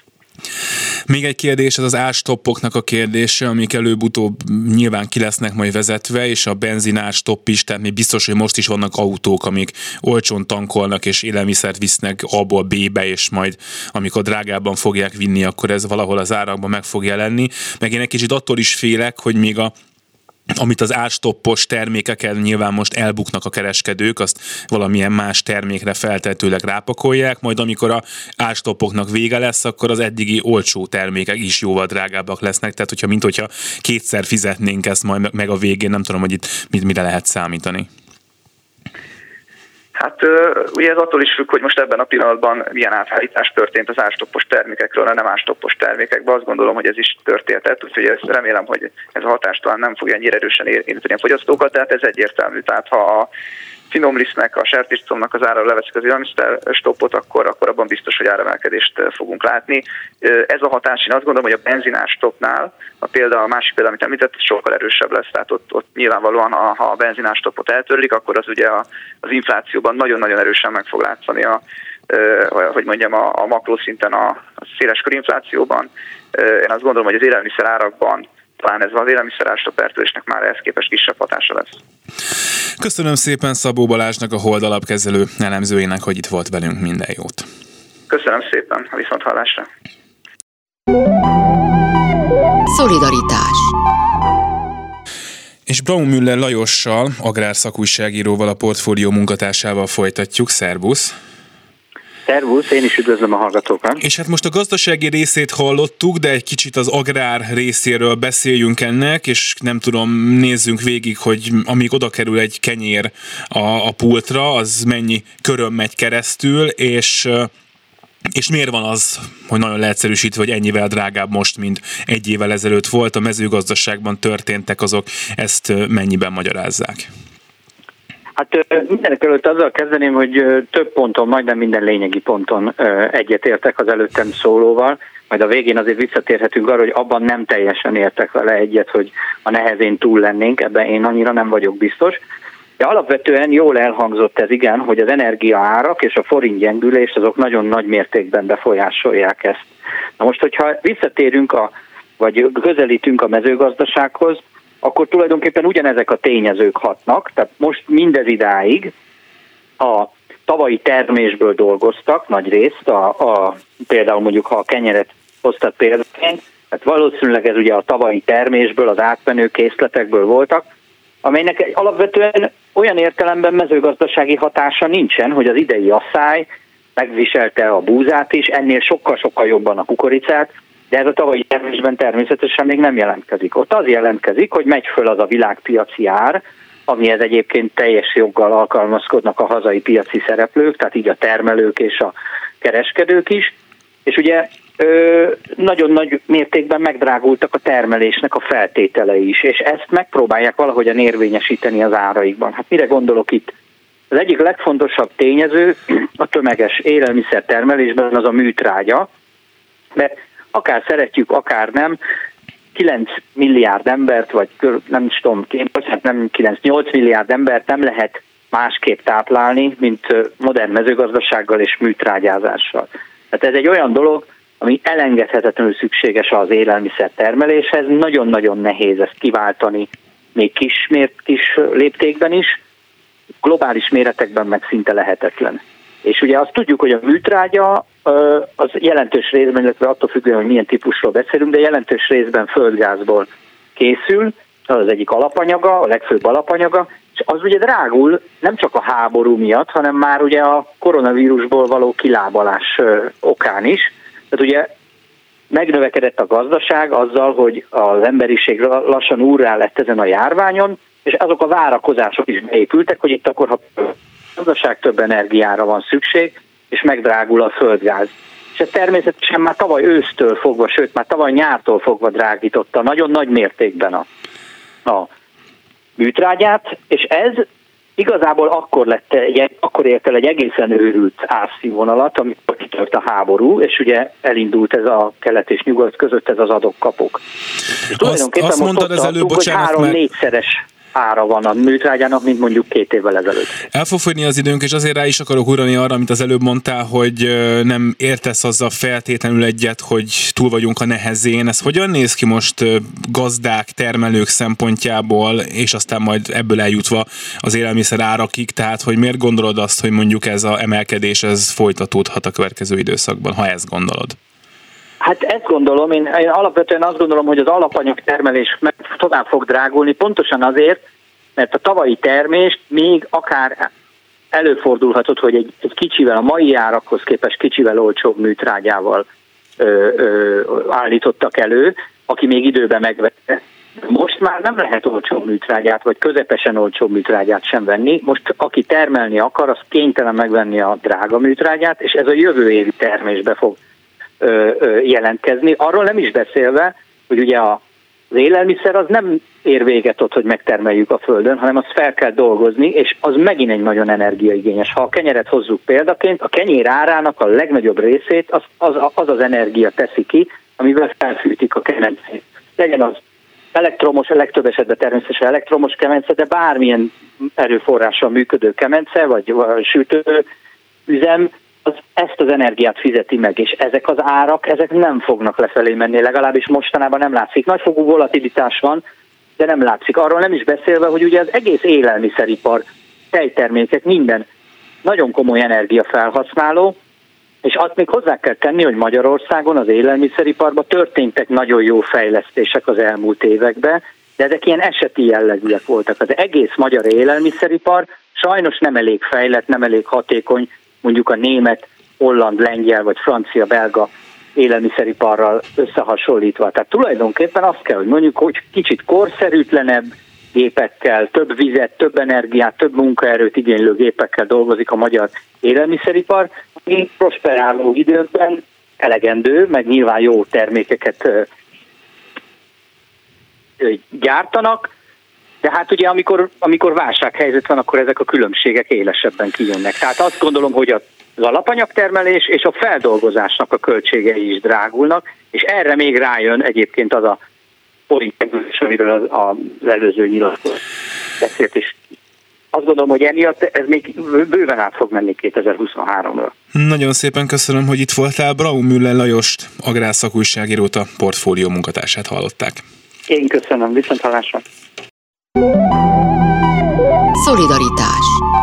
Még egy kérdés, ez az árstoppoknak a kérdése, amik előbb-utóbb nyilván ki lesznek majd vezetve, és a benzinárstopp is, tehát még biztos, hogy most is vannak autók, amik olcsón tankolnak, és élelmiszert visznek A-ból B-be, és majd amikor drágábban fogják vinni, akkor ez valahol az árakban meg fog jelenni. Meg én egy kicsit attól is félek, hogy még a amit az árstoppos termékeken nyilván most elbuknak a kereskedők, azt valamilyen más termékre feltehetőleg rápakolják, majd amikor a árstoppoknak vége lesz, akkor az eddigi olcsó termékek is jóval drágábbak lesznek, tehát hogyha mint hogyha kétszer fizetnénk ezt majd meg a végén, nem tudom, hogy itt mit, mire lehet számítani. Hát ugye ez attól is függ, hogy most ebben a pillanatban milyen átállítás történt az árstoppos termékekről a nem árstoppos termékekbe. Azt gondolom, hogy ez is történhetett, úgyhogy ezt remélem, hogy ez a hatás talán nem fogja ennyire erősen érinteni a fogyasztókat, tehát ez egyértelmű. Tehát ha a finomlisznek, a sertéscomnak az ára leveszik az élelmiszer stoppot, akkor, akkor abban biztos, hogy áremelkedést fogunk látni. Ez a hatás, én azt gondolom, hogy a benzinárstoppnál, a példa, a másik példa, amit említett, sokkal erősebb lesz. Tehát ott, ott nyilvánvalóan, ha a benzinárstoppot eltörlik, akkor az ugye a, az inflációban nagyon-nagyon erősen meg fog látszani a, hogy mondjam, a, a makroszinten a, a széleskörű inflációban. Én azt gondolom, hogy az élelmiszer árakban talán ez az élelmiszerárstopp eltörlésnek már ehhez képest kisebb hatása lesz. Köszönöm szépen Szabó Balázsnak, a Hold alapkezelő elemzőjének, hogy itt volt velünk. Minden jót. Köszönöm szépen, a viszonthallásra. Szolidaritás. És Braunmüller Lajossal, agrárszakújságíróval, a Portfólió munkatársával folytatjuk. Szerbusz! Szervusz, én is üdvözlöm a hallgatókat. És hát most a gazdasági részét hallottuk, de egy kicsit az agrár részéről beszéljünk ennek, és nem tudom, nézzünk végig, hogy amíg oda kerül egy kenyér a, a pultra, az mennyi köröm megy keresztül, és, és miért van az, hogy nagyon leegyszerűsítve, hogy ennyivel drágább most, mint egy évvel ezelőtt volt, a mezőgazdaságban történtek azok, ezt mennyiben magyarázzák? Hát mindenek előtt azzal kezdeném, hogy több ponton, majdnem minden lényegi ponton egyetértek az előttem szólóval, majd a végén azért visszatérhetünk arra, hogy abban nem teljesen értek vele egyet, hogy a nehezén túl lennénk, ebben én annyira nem vagyok biztos. De alapvetően jól elhangzott ez, igen, hogy az energiaárak és a forint gyengülés azok nagyon nagy mértékben befolyásolják ezt. Na most, hogyha visszatérünk, a, vagy közelítünk a mezőgazdasághoz, akkor tulajdonképpen ugyanezek a tényezők hatnak, tehát most mindez idáig a tavalyi termésből dolgoztak nagy részt, a, a, például mondjuk ha a kenyeret hoztat példaként, tehát valószínűleg ez ugye a tavalyi termésből, az átmenő készletekből voltak, amelynek alapvetően olyan értelemben mezőgazdasági hatása nincsen, hogy az idei asszály megviselte a búzát is, ennél sokkal-sokkal jobban a kukoricát, de ez a tavalyi termésben természetesen még nem jelentkezik. Ott az jelentkezik, hogy megy föl az a világpiaci ár, amihez egyébként teljes joggal alkalmazkodnak a hazai piaci szereplők, tehát így a termelők és a kereskedők is, és ugye ö, nagyon nagy mértékben megdrágultak a termelésnek a feltételei is, és ezt megpróbálják valahogyan érvényesíteni az áraikban. Hát mire gondolok itt? Az egyik legfontosabb tényező a tömeges élelmiszertermelésben az a műtrágya, mert akár szeretjük, akár nem, kilenc milliárd embert, vagy nem is tudom, hát nem kilenc-nyolc milliárd embert nem lehet másképp táplálni, mint modern mezőgazdasággal és műtrágyázással. Tehát ez egy olyan dolog, ami elengedhetetlenül szükséges az élelmiszer termeléshez, nagyon-nagyon nehéz ezt kiváltani, még kis, mért, kis léptékben is, globális méretekben meg szinte lehetetlen. És ugye azt tudjuk, hogy a műtrágya az jelentős részben, illetve attól függően, hogy milyen típusról beszélünk, de jelentős részben földgázból készül, az az egyik alapanyaga, a legfőbb alapanyaga, és az ugye drágul nem csak a háború miatt, hanem már ugye a koronavírusból való kilábalás okán is. Tehát ugye megnövekedett a gazdaság azzal, hogy az emberiség lassan úrrá lett ezen a járványon, és azok a várakozások is beépültek, hogy itt akkor, ha a gazdaság több energiára van szükség, és megdrágul a földgáz. És ez természetesen már tavaly ősztől fogva, sőt már tavaly nyártól fogva drágította nagyon nagy mértékben a, a műtrágyát, és ez igazából akkor, lett egy, akkor ért el egy egészen őrült árszínvonalat, amikor kitört a háború, és ugye elindult ez a kelet és nyugat között ez az adok-kapok. És tulajdonképpen azt most mondtad, ott tartunk, hogy három-négyszeres ára van a műtrágyának, mint mondjuk két évvel ezelőtt. El fog fogyni az időnk, és azért rá is akarok ugrani arra, amit az előbb mondtál, hogy nem értesz azzal feltétlenül egyet, hogy túl vagyunk a nehezén. Ez hogyan néz ki most gazdák, termelők szempontjából, és aztán majd ebből eljutva az élelmiszer árakig, tehát hogy miért gondolod azt, hogy mondjuk ez az emelkedés ez folytatódhat a következő időszakban, ha ezt gondolod? Hát ezt gondolom, én, én alapvetően azt gondolom, hogy az alapanyag termelés meg tovább fog drágulni, pontosan azért, mert a tavalyi termést még akár előfordulhatott, hogy egy, egy kicsivel, a mai árakhoz képest kicsivel olcsóbb műtrágyával ö, ö, állítottak elő, aki még időben megvette. Most már nem lehet olcsóbb műtrágyát, vagy közepesen olcsóbb műtrágyát sem venni. Most aki termelni akar, az kénytelen megvenni a drága műtrágyát, és ez a jövő évi termésbe fog jelentkezni. Arról nem is beszélve, hogy ugye az élelmiszer az nem ér véget ott, hogy megtermeljük a földön, hanem azt fel kell dolgozni, és az megint egy nagyon energiaigényes. Ha a kenyeret hozzuk példaként, a kenyér árának a legnagyobb részét az az, az, az energia teszi ki, amivel felfűtik a kemencét. Legyen az elektromos, legtöbb esetben természetesen elektromos kemence, de bármilyen erőforrással működő kemence, vagy, vagy sütőüzem, az ezt az energiát fizeti meg, és ezek az árak, ezek nem fognak lefelé menni, legalábbis mostanában nem látszik. Nagyfokú volatilitás van, de nem látszik. Arról nem is beszélve, hogy ugye az egész élelmiszeripar, tejtermékek, minden nagyon komoly energiafelhasználó, és azt még hozzá kell tenni, hogy Magyarországon az élelmiszeriparban történtek nagyon jó fejlesztések az elmúlt években, de ezek ilyen eseti jellegűek voltak. Az egész magyar élelmiszeripar sajnos nem elég fejlett, nem elég hatékony, mondjuk a német, holland, lengyel vagy francia, belga élelmiszeriparral összehasonlítva. Tehát tulajdonképpen azt kell, hogy mondjuk, hogy kicsit korszerűtlenebb gépekkel, több vizet, több energiát, több munkaerőt igénylő gépekkel dolgozik a magyar élelmiszeripar, ami prosperáló időkben elegendő, meg nyilván jó termékeket gyártanak, de hát ugye amikor, amikor válsághelyzet van, akkor ezek a különbségek élesebben kijönnek. Tehát azt gondolom, hogy az alapanyagtermelés és a feldolgozásnak a költségei is drágulnak, és erre még rájön egyébként az a forintmegülés, amiről az, az előző nyilatkozat beszélt is. Azt gondolom, hogy emiatt ez még bőven át fog menni kétezer-huszonháromra. Nagyon szépen köszönöm, hogy itt voltál. Braun Müller Lajost, agrárszakújságírót, a Portfólió munkatársát hallották. Én köszönöm, viszonthallásra. Szolidaritás.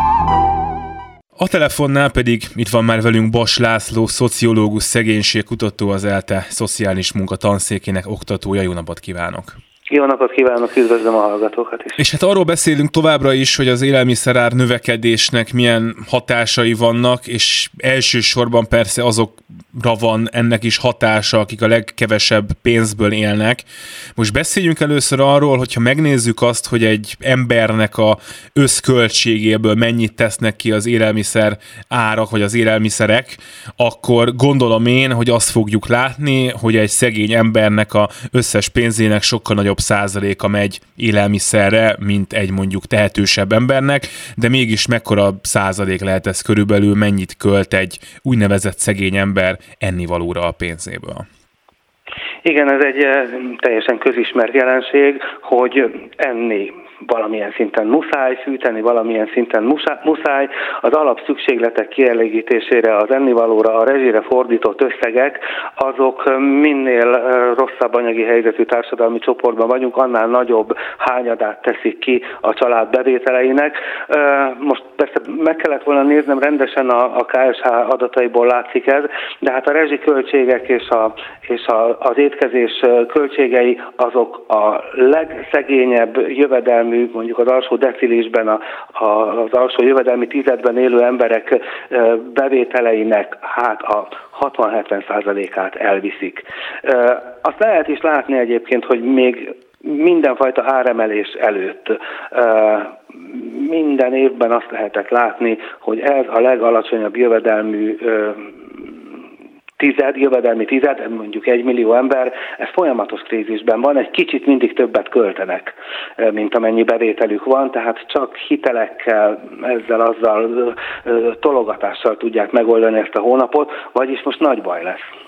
A telefonnál pedig itt van már velünk Bas László, szociológus, szegénységkutató, az ELTE szociális munka tanszékének oktatója. Jó napot kívánok! Jó napot kívánok, üdvözlöm a hallgatókat is. És hát arról beszélünk továbbra is, hogy az élelmiszerár növekedésnek milyen hatásai vannak, és elsősorban persze azokra van ennek is hatása, akik a legkevesebb pénzből élnek. Most beszéljünk először arról, hogyha megnézzük azt, hogy egy embernek a összköltségéből mennyit tesznek ki az élelmiszer árak, vagy az élelmiszerek, akkor gondolom én, hogy azt fogjuk látni, hogy egy szegény embernek a összes pénzének sokkal nagyobb százaléka megy élelmiszerre, mint egy mondjuk tehetősebb embernek, de mégis mekkora százalék lehet ez körülbelül, mennyit költ egy úgynevezett szegény ember ennivalóra a pénzéből? Igen, ez egy teljesen közismert jelenség, hogy enni valamilyen szinten muszáj, fűteni valamilyen szinten muszáj, az alapszükségletek kielégítésére, az ennivalóra, a rezsire fordított összegek, azok minél rosszabb anyagi helyzetű társadalmi csoportban vagyunk, annál nagyobb hányadát teszik ki a család bevételeinek. Most persze meg kellett volna néznem rendesen a, a ká es há adataiból látszik ez, de hát a rezsiköltségek és, a, és a, az étkezés költségei azok a legszegényebb jövedelmi, mondjuk az alsó decilisben, a, a, az alsó jövedelmi tizedben élő emberek bevételeinek hát a hatvan-hetven százalékát elviszik. Azt lehet is látni egyébként, hogy még mindenfajta áremelés előtt minden évben azt lehetett látni, hogy ez a legalacsonyabb jövedelmű tized, jövedelmi tized, mondjuk egy millió ember, ez folyamatos krízisben van, egy kicsit mindig többet költenek, mint amennyi bevételük van, tehát csak hitelekkel, ezzel, azzal, tologatással tudják megoldani ezt a hónapot, vagyis most nagy baj lesz.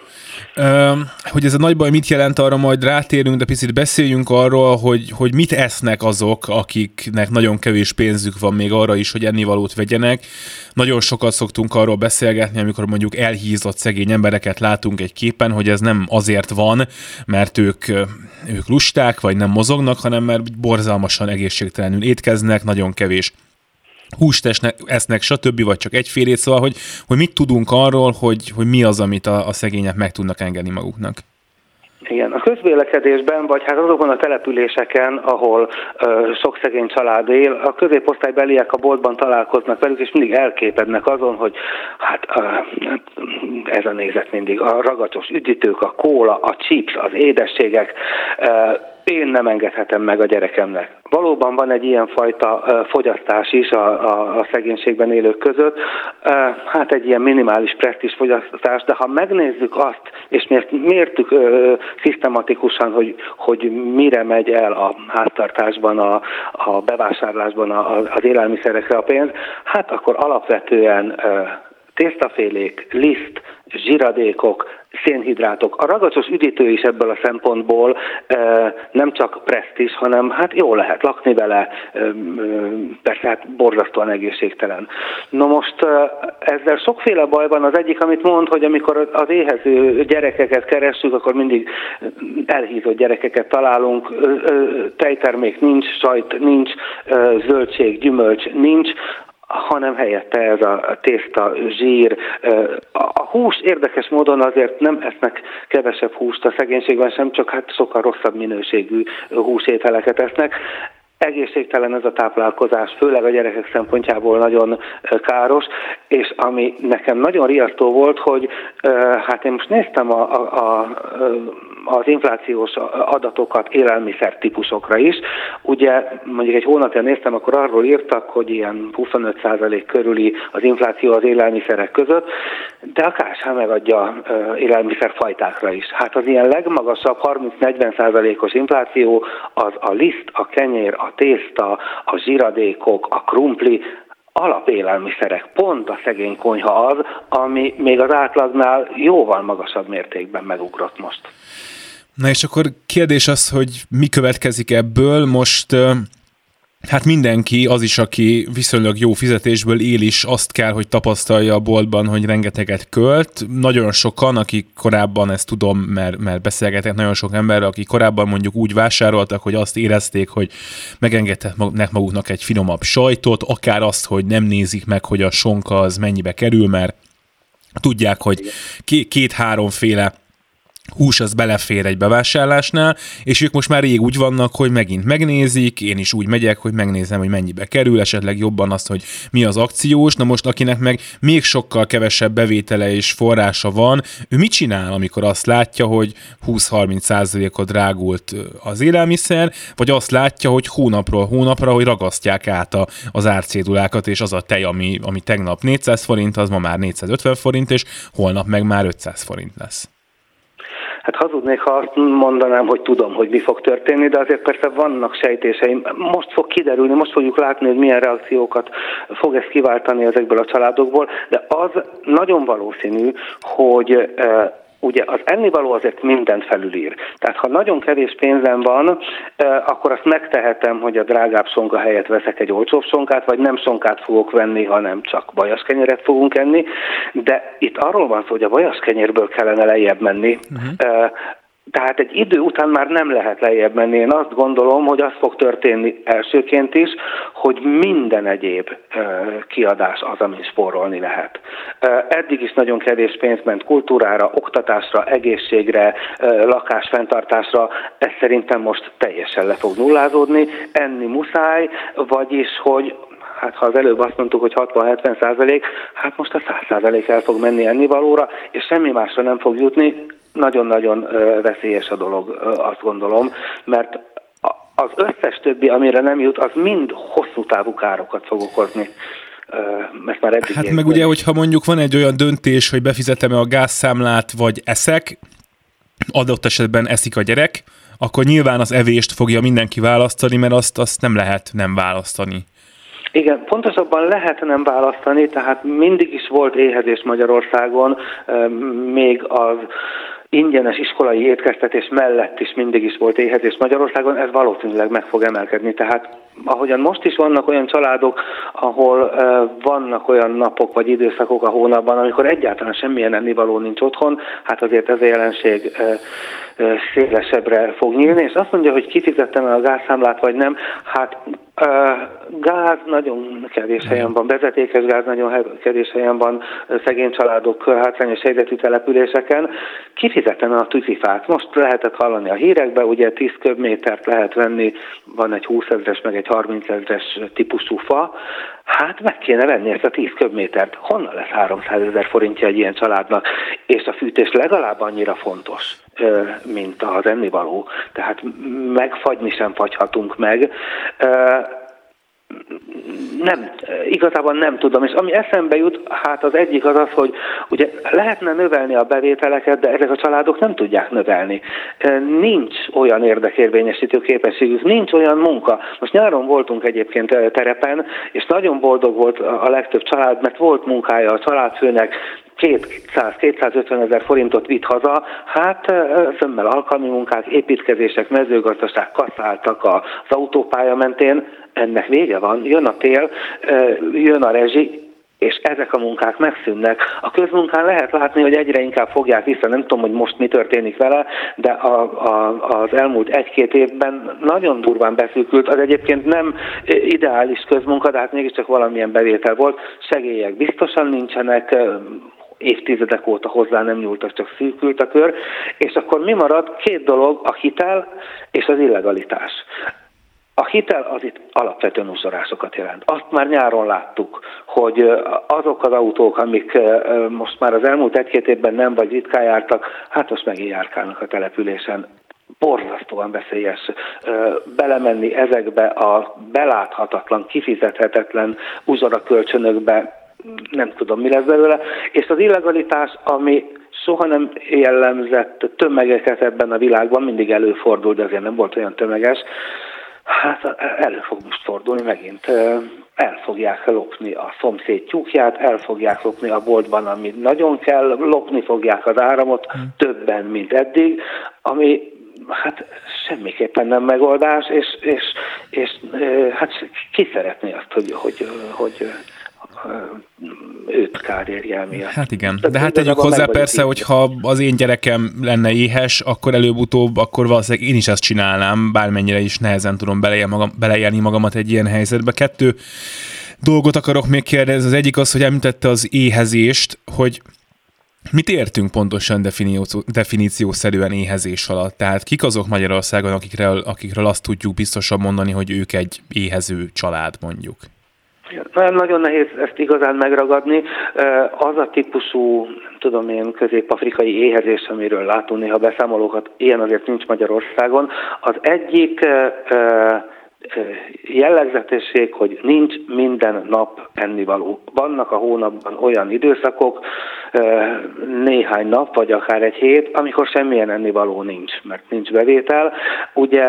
Hogy ez a nagy baj mit jelent, arra majd rátérünk, de picit beszéljünk arról, hogy, hogy mit esznek azok, akiknek nagyon kevés pénzük van még arra is, hogy ennivalót vegyenek. Nagyon sokat szoktunk arról beszélgetni, amikor mondjuk elhízott szegény embereket látunk egy képen, hogy ez nem azért van, mert ők, ők lusták, vagy nem mozognak, hanem mert borzalmasan egészségtelenül étkeznek, nagyon kevés húst esnek, esznek, stb., vagy csak egyfélét, szóval, hogy, hogy mit tudunk arról, hogy, hogy mi az, amit a, a szegények meg tudnak engedni maguknak. Igen, a közvélekedésben, vagy hát azokon a településeken, ahol ö, sok szegény család él, a középosztálybeliek a boltban találkoznak velük, és mindig elképednek azon, hogy hát ö, ez a nézet mindig, a ragacsos üdítők, a kóla, a chips, az édességek, ö, én nem engedhetem meg a gyerekemnek. Valóban van egy ilyenfajta uh, fogyasztás is a, a, a szegénységben élők között, uh, hát egy ilyen minimális presztízs fogyasztás, de ha megnézzük azt, és mért, mértük uh, szisztematikusan, hogy, hogy mire megy el a háztartásban, a, a bevásárlásban a, az élelmiszerekre a pénz, hát akkor alapvetően uh, tésztafélék, liszt, zsiradékok, szénhidrátok. A ragacsos üdítő is ebből a szempontból e, nem csak presztízs, hanem hát jól lehet lakni vele, e, persze hát borzasztóan egészségtelen. No most e, ezzel sokféle baj van. Az egyik, amit mond, hogy amikor az éhező gyerekeket keressük, akkor mindig elhízott gyerekeket találunk, e, e, tejtermék nincs, sajt nincs, e, zöldség, gyümölcs nincs, hanem helyette ez a tészta, zsír. A hús érdekes módon azért nem esznek kevesebb húst a szegénységben sem, csak hát sokkal rosszabb minőségű húsételeket esznek. Egészségtelen ez a táplálkozás, főleg a gyerekek szempontjából nagyon káros, és ami nekem nagyon riasztó volt, hogy hát én most néztem a, a, a az inflációs adatokat élelmiszer típusokra is. Ugye mondjuk egy hónapja néztem, akkor arról írtak, hogy ilyen huszonöt százalék körüli az infláció az élelmiszerek között, de a ká es há megadja élelmiszerfajtákra is. Hát az ilyen legmagasabb harminc-negyven százalékos infláció az a liszt, a kenyér, a tészta, a zsiradékok, a krumpli, alapélelmiszerek, pont a szegény konyha az, ami még az átlagnál jóval magasabb mértékben megugrott most. Na és akkor kérdés az, hogy mi következik ebből. Most hát mindenki, az is, aki viszonylag jó fizetésből él is, azt kell, hogy tapasztalja a boltban, hogy rengeteget költ. Nagyon sokan, akik korábban, ezt tudom, mert, mert beszélgetek nagyon sok emberrel, akik korábban mondjuk úgy vásároltak, hogy azt érezték, hogy megengedhetnek maguknak egy finomabb sajtot, akár azt, hogy nem nézik meg, hogy a sonka az mennyibe kerül, mert tudják, hogy két-háromféle hús az belefér egy bevásárlásnál, és ők most már rég úgy vannak, hogy megint megnézik, én is úgy megyek, hogy megnézem, hogy mennyibe kerül, esetleg jobban azt, hogy mi az akciós. Na most akinek meg még sokkal kevesebb bevétele és forrása van, ő mit csinál, amikor azt látja, hogy húsz-harminc százalékot drágult az élelmiszer, vagy azt látja, hogy hónapról hónapra, hogy ragasztják át a, az árcédulákat, és az a tej, ami, ami tegnap négyszáz forint, az ma már négyszázötven forint, és holnap meg már ötszáz forint lesz. Hát hazudnék, ha azt mondanám, hogy tudom, hogy mi fog történni, de azért persze vannak sejtéseim. Most fog kiderülni, most fogjuk látni, hogy milyen reakciókat fog ez kiváltani ezekből a családokból, de az nagyon valószínű, hogy ugye az ennivaló azért mindent felülír. Tehát ha nagyon kevés pénzem van, akkor azt megtehetem, hogy a drágább sonka helyett veszek egy olcsóbb sonkát, vagy nem sonkát fogok venni, hanem csak vajaskenyeret fogunk enni. De itt arról van szó, hogy a vajaskenyérből kellene lejjebb menni. Uh-huh. Tehát egy idő után már nem lehet lejjebb menni. Én azt gondolom, hogy az fog történni elsőként is, hogy minden egyéb kiadás az, amin spórolni lehet. Eddig is nagyon kevés pénz ment kultúrára, oktatásra, egészségre, lakásfenntartásra. Ez szerintem most teljesen le fog nullázódni. Enni muszáj, vagyis, hogy hát ha az előbb azt mondtuk, hogy hatvan-hetven százalék, hát most a száz százalék el fog menni ennivalóra, és semmi másra nem fog jutni. Nagyon-nagyon veszélyes a dolog, azt gondolom, mert az összes többi, amire nem jut, az mind hosszú távú károkat fog okozni. Mert már eddig hát meg ugye, hogyha mondjuk van egy olyan döntés, hogy befizetem-e a gázszámlát, vagy eszek, adott esetben eszik a gyerek, akkor nyilván az evést fogja mindenki választani, mert azt, azt nem lehet nem választani. Igen, pontosabban lehet nem választani, tehát mindig is volt éhezés Magyarországon, még az ingyenes iskolai étkeztetés mellett is mindig is volt éhezés Magyarországon, ez valószínűleg meg fog emelkedni. Tehát ahogyan most is vannak olyan családok, ahol uh, vannak olyan napok vagy időszakok a hónapban, amikor egyáltalán semmilyen ennivaló nincs otthon, hát azért ez a jelenség uh, uh, szélesebbre fog nyílni, és azt mondja, hogy kifizettem el a gázszámlát vagy nem, hát uh, gáz nagyon kevés helyen van, vezetékes gáz nagyon kevés helyen van, szegény családok hátrányos helyzetű településeken. Kifizettem el a tűzifát. Most lehetett hallani a hírekben, ugye tíz köbmétert lehet venni, van egy húszezres meg egy harmincezres típusú fa, hát meg kéne venni ezt a tíz köbmétert. Honnan lesz háromszázezer forintja egy ilyen családnak? És a fűtés legalább annyira fontos, mint az ennivaló. Tehát megfagyni sem fagyhatunk meg. Nem, igazából nem tudom, és ami eszembe jut, hát az egyik az az, hogy ugye lehetne növelni a bevételeket, de ezek a családok nem tudják növelni. Nincs olyan érdekérvényesítő képességük, nincs olyan munka. Most nyáron voltunk egyébként terepen, és nagyon boldog volt a legtöbb család, mert volt munkája a családfőnek, kétszáz-kétszázötven ezer forintot vitt haza, hát zömmel alkalmi munkák, építkezések, mezőgazdaság, kasszáltak az autópálya mentén, ennek vége van, jön a tél, jön a rezsi, és ezek a munkák megszűnnek. A közmunkán lehet látni, hogy egyre inkább fogják vissza, nem tudom, hogy most mi történik vele, de a, a, az elmúlt egy-két évben nagyon durván beszűkült, az egyébként nem ideális közmunka, de hát mégiscsak valamilyen bevétel volt, segélyek biztosan nincsenek, évtizedek óta hozzá nem nyúltak, csak szűkült a kör, és akkor mi marad? Két dolog, a hitel és az illegalitás. A hitel az itt alapvetően usorásokat jelent. Azt már nyáron láttuk, hogy azok az autók, amik most már az elmúlt egy-két évben nem vagy ritkán jártak, hát most megint járkálnak a településen. Borzasztóan veszélyes belemenni ezekbe a beláthatatlan, kifizethetetlen uzorakölcsönökbe, nem tudom, mi lesz belőle, és az illegalitás, ami soha nem jellemzett tömegeket ebben a világban, mindig előfordul, de azért nem volt olyan tömeges, hát elő fog most fordulni megint. El fogják lopni a szomszéd tyúkját, el fogják lopni a boltban, ami nagyon kell, lopni fogják az áramot, többen, mint eddig, ami hát semmiképpen nem megoldás, és, és, és hát ki szeretné azt, hogy, hogy, hogy őt kár érje el miatt. Hát igen, de hát tegyük hozzá persze, hogy ha az én gyerekem lenne éhes, akkor előbb-utóbb, akkor valószínűleg én is ezt csinálnám, bármennyire is nehezen tudom beleélni magamat egy ilyen helyzetbe. Kettő dolgot akarok még kérdezni, az egyik az, hogy említette az éhezést, hogy Mit értünk pontosan definíció, definíciószerűen éhezés alatt? Tehát kik azok Magyarországon, akikről, akikről azt tudjuk biztosan mondani, hogy ők egy éhező család, mondjuk? Nagyon nehéz ezt igazán megragadni. Az a típusú, nem tudom én, közép-afrikai éhezés, amiről látunk néha beszámolókat, ilyen azért nincs Magyarországon. Az egyik jellegzetesség, hogy nincs minden nap ennivaló. Vannak a hónapban olyan időszakok, néhány nap, vagy akár egy hét, amikor semmilyen ennivaló nincs, mert nincs bevétel. Ugye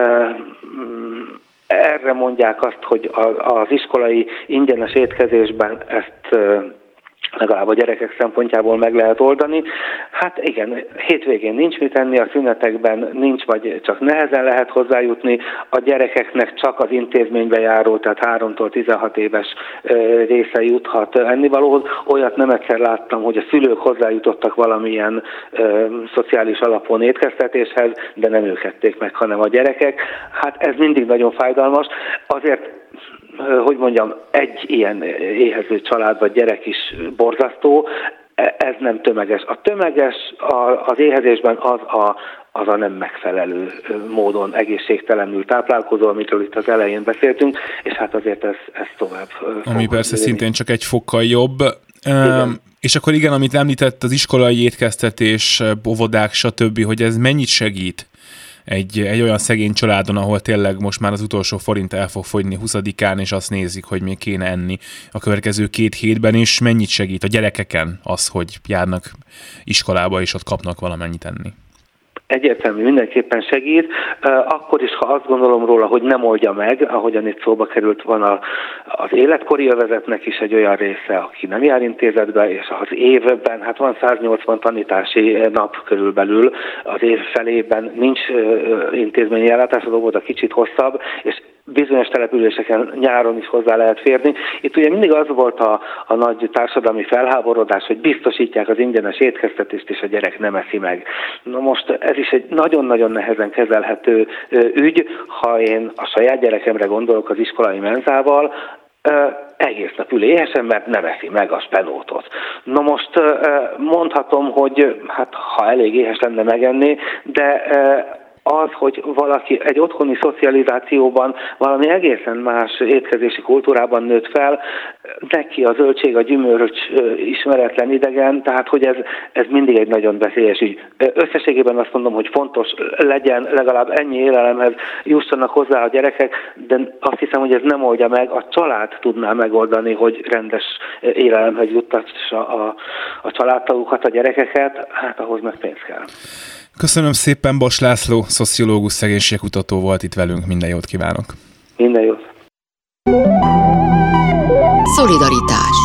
erre mondják azt, hogy az iskolai ingyenes étkezésben ezt legalább a gyerekek szempontjából meg lehet oldani. Hát igen, hétvégén nincs mit enni, a szünetekben nincs, vagy csak nehezen lehet hozzájutni. A gyerekeknek csak az intézménybe járó, tehát háromtól tizenhat éves része juthat ennivalóhoz. Olyat nem egyszer láttam, hogy a szülők hozzájutottak valamilyen ö, szociális alapon étkeztetéshez, de nem ők ették meg, hanem a gyerekek. Hát ez mindig nagyon fájdalmas. Azért hogy mondjam, egy ilyen éhező család vagy gyerek is borzasztó, ez nem tömeges. A tömeges az éhezésben az a, az a nem megfelelő módon egészségtelenül táplálkozó, amitől itt az elején beszéltünk, és hát azért ez, ez tovább. Ami persze szintén csak egy fokkal jobb. Um, és akkor igen, amit említett, az iskolai étkeztetés, óvodák, stb., hogy ez mennyit segít Egy, egy olyan szegény családon, ahol tényleg most már az utolsó forint el fog fogyni huszadikán, és azt nézik, hogy még kéne enni a következő két hétben, és mennyit segít a gyerekeken az, hogy járnak iskolába, és ott kapnak valamennyit enni? Egyértelmű, mindenképpen segít. Akkor is, ha azt gondolom róla, hogy nem oldja meg, ahogyan itt szóba került, van a, az életkori övezetnek is egy olyan része, aki nem jár intézetbe, és az évben, hát van száznyolcvan tanítási nap körülbelül, az év felében nincs intézményi ellátás, az óvoda kicsit hosszabb, és bizonyos településeken nyáron is hozzá lehet férni. Itt ugye mindig az volt a, a nagy társadalmi felháborodás, hogy biztosítják az ingyenes étkeztetést, és a gyerek nem eszi meg. Na most ez is egy nagyon-nagyon nehezen kezelhető ügy, ha én a saját gyerekemre gondolok az iskolai menzával, egész nap ül éhesen, mert nem eszi meg a spenótot. Na most mondhatom, hogy hát ha elég éhes lenne megenni, de az, hogy valaki egy otthoni szocializációban valami egészen más étkezési kultúrában nőtt fel, neki a zöldség, a gyümölcs ismeretlen idegen, tehát hogy ez, ez mindig egy nagyon veszélyes ügy. Összességében azt mondom, hogy fontos legyen, legalább ennyi élelemhez jussanak hozzá a gyerekek, de azt hiszem, hogy ez nem oldja meg, a család tudná megoldani, hogy rendes élelemhez juttassa a, a családtagokat, a gyerekeket, hát ahhoz meg pénz kell. Köszönöm szépen, Bos László, szociológus, szegénységkutató volt itt velünk. Minden jót kívánok! Minden jót! Szolidaritás.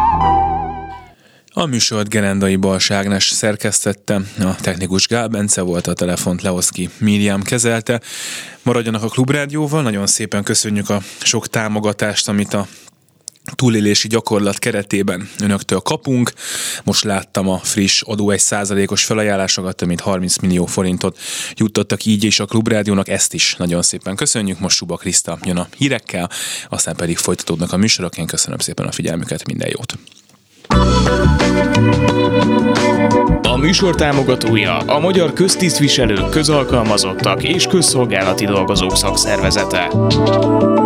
A műsort Gerendai Bals Ágnes szerkesztette, a technikus Gál Bence volt, a telefont Leoszki Miriam kezelte. Maradjanak a Klubrádióval, nagyon szépen köszönjük a sok támogatást, amit a túlélési gyakorlat keretében önöktől kapunk. Most láttam a friss adó egy százalékos felajánlásokat, több mint harminc millió forintot juttattak így is a Klubrádiónak, ezt is nagyon szépen köszönjük. Most Suba Kriszta jön a hírekkel, aztán pedig folytatódnak a műsorok. Én köszönöm szépen a figyelmüket, minden jót! A műsor támogatója a Magyar Köztisztviselők, Közalkalmazottak és Közszolgálati Dolgozók Szakszervezete.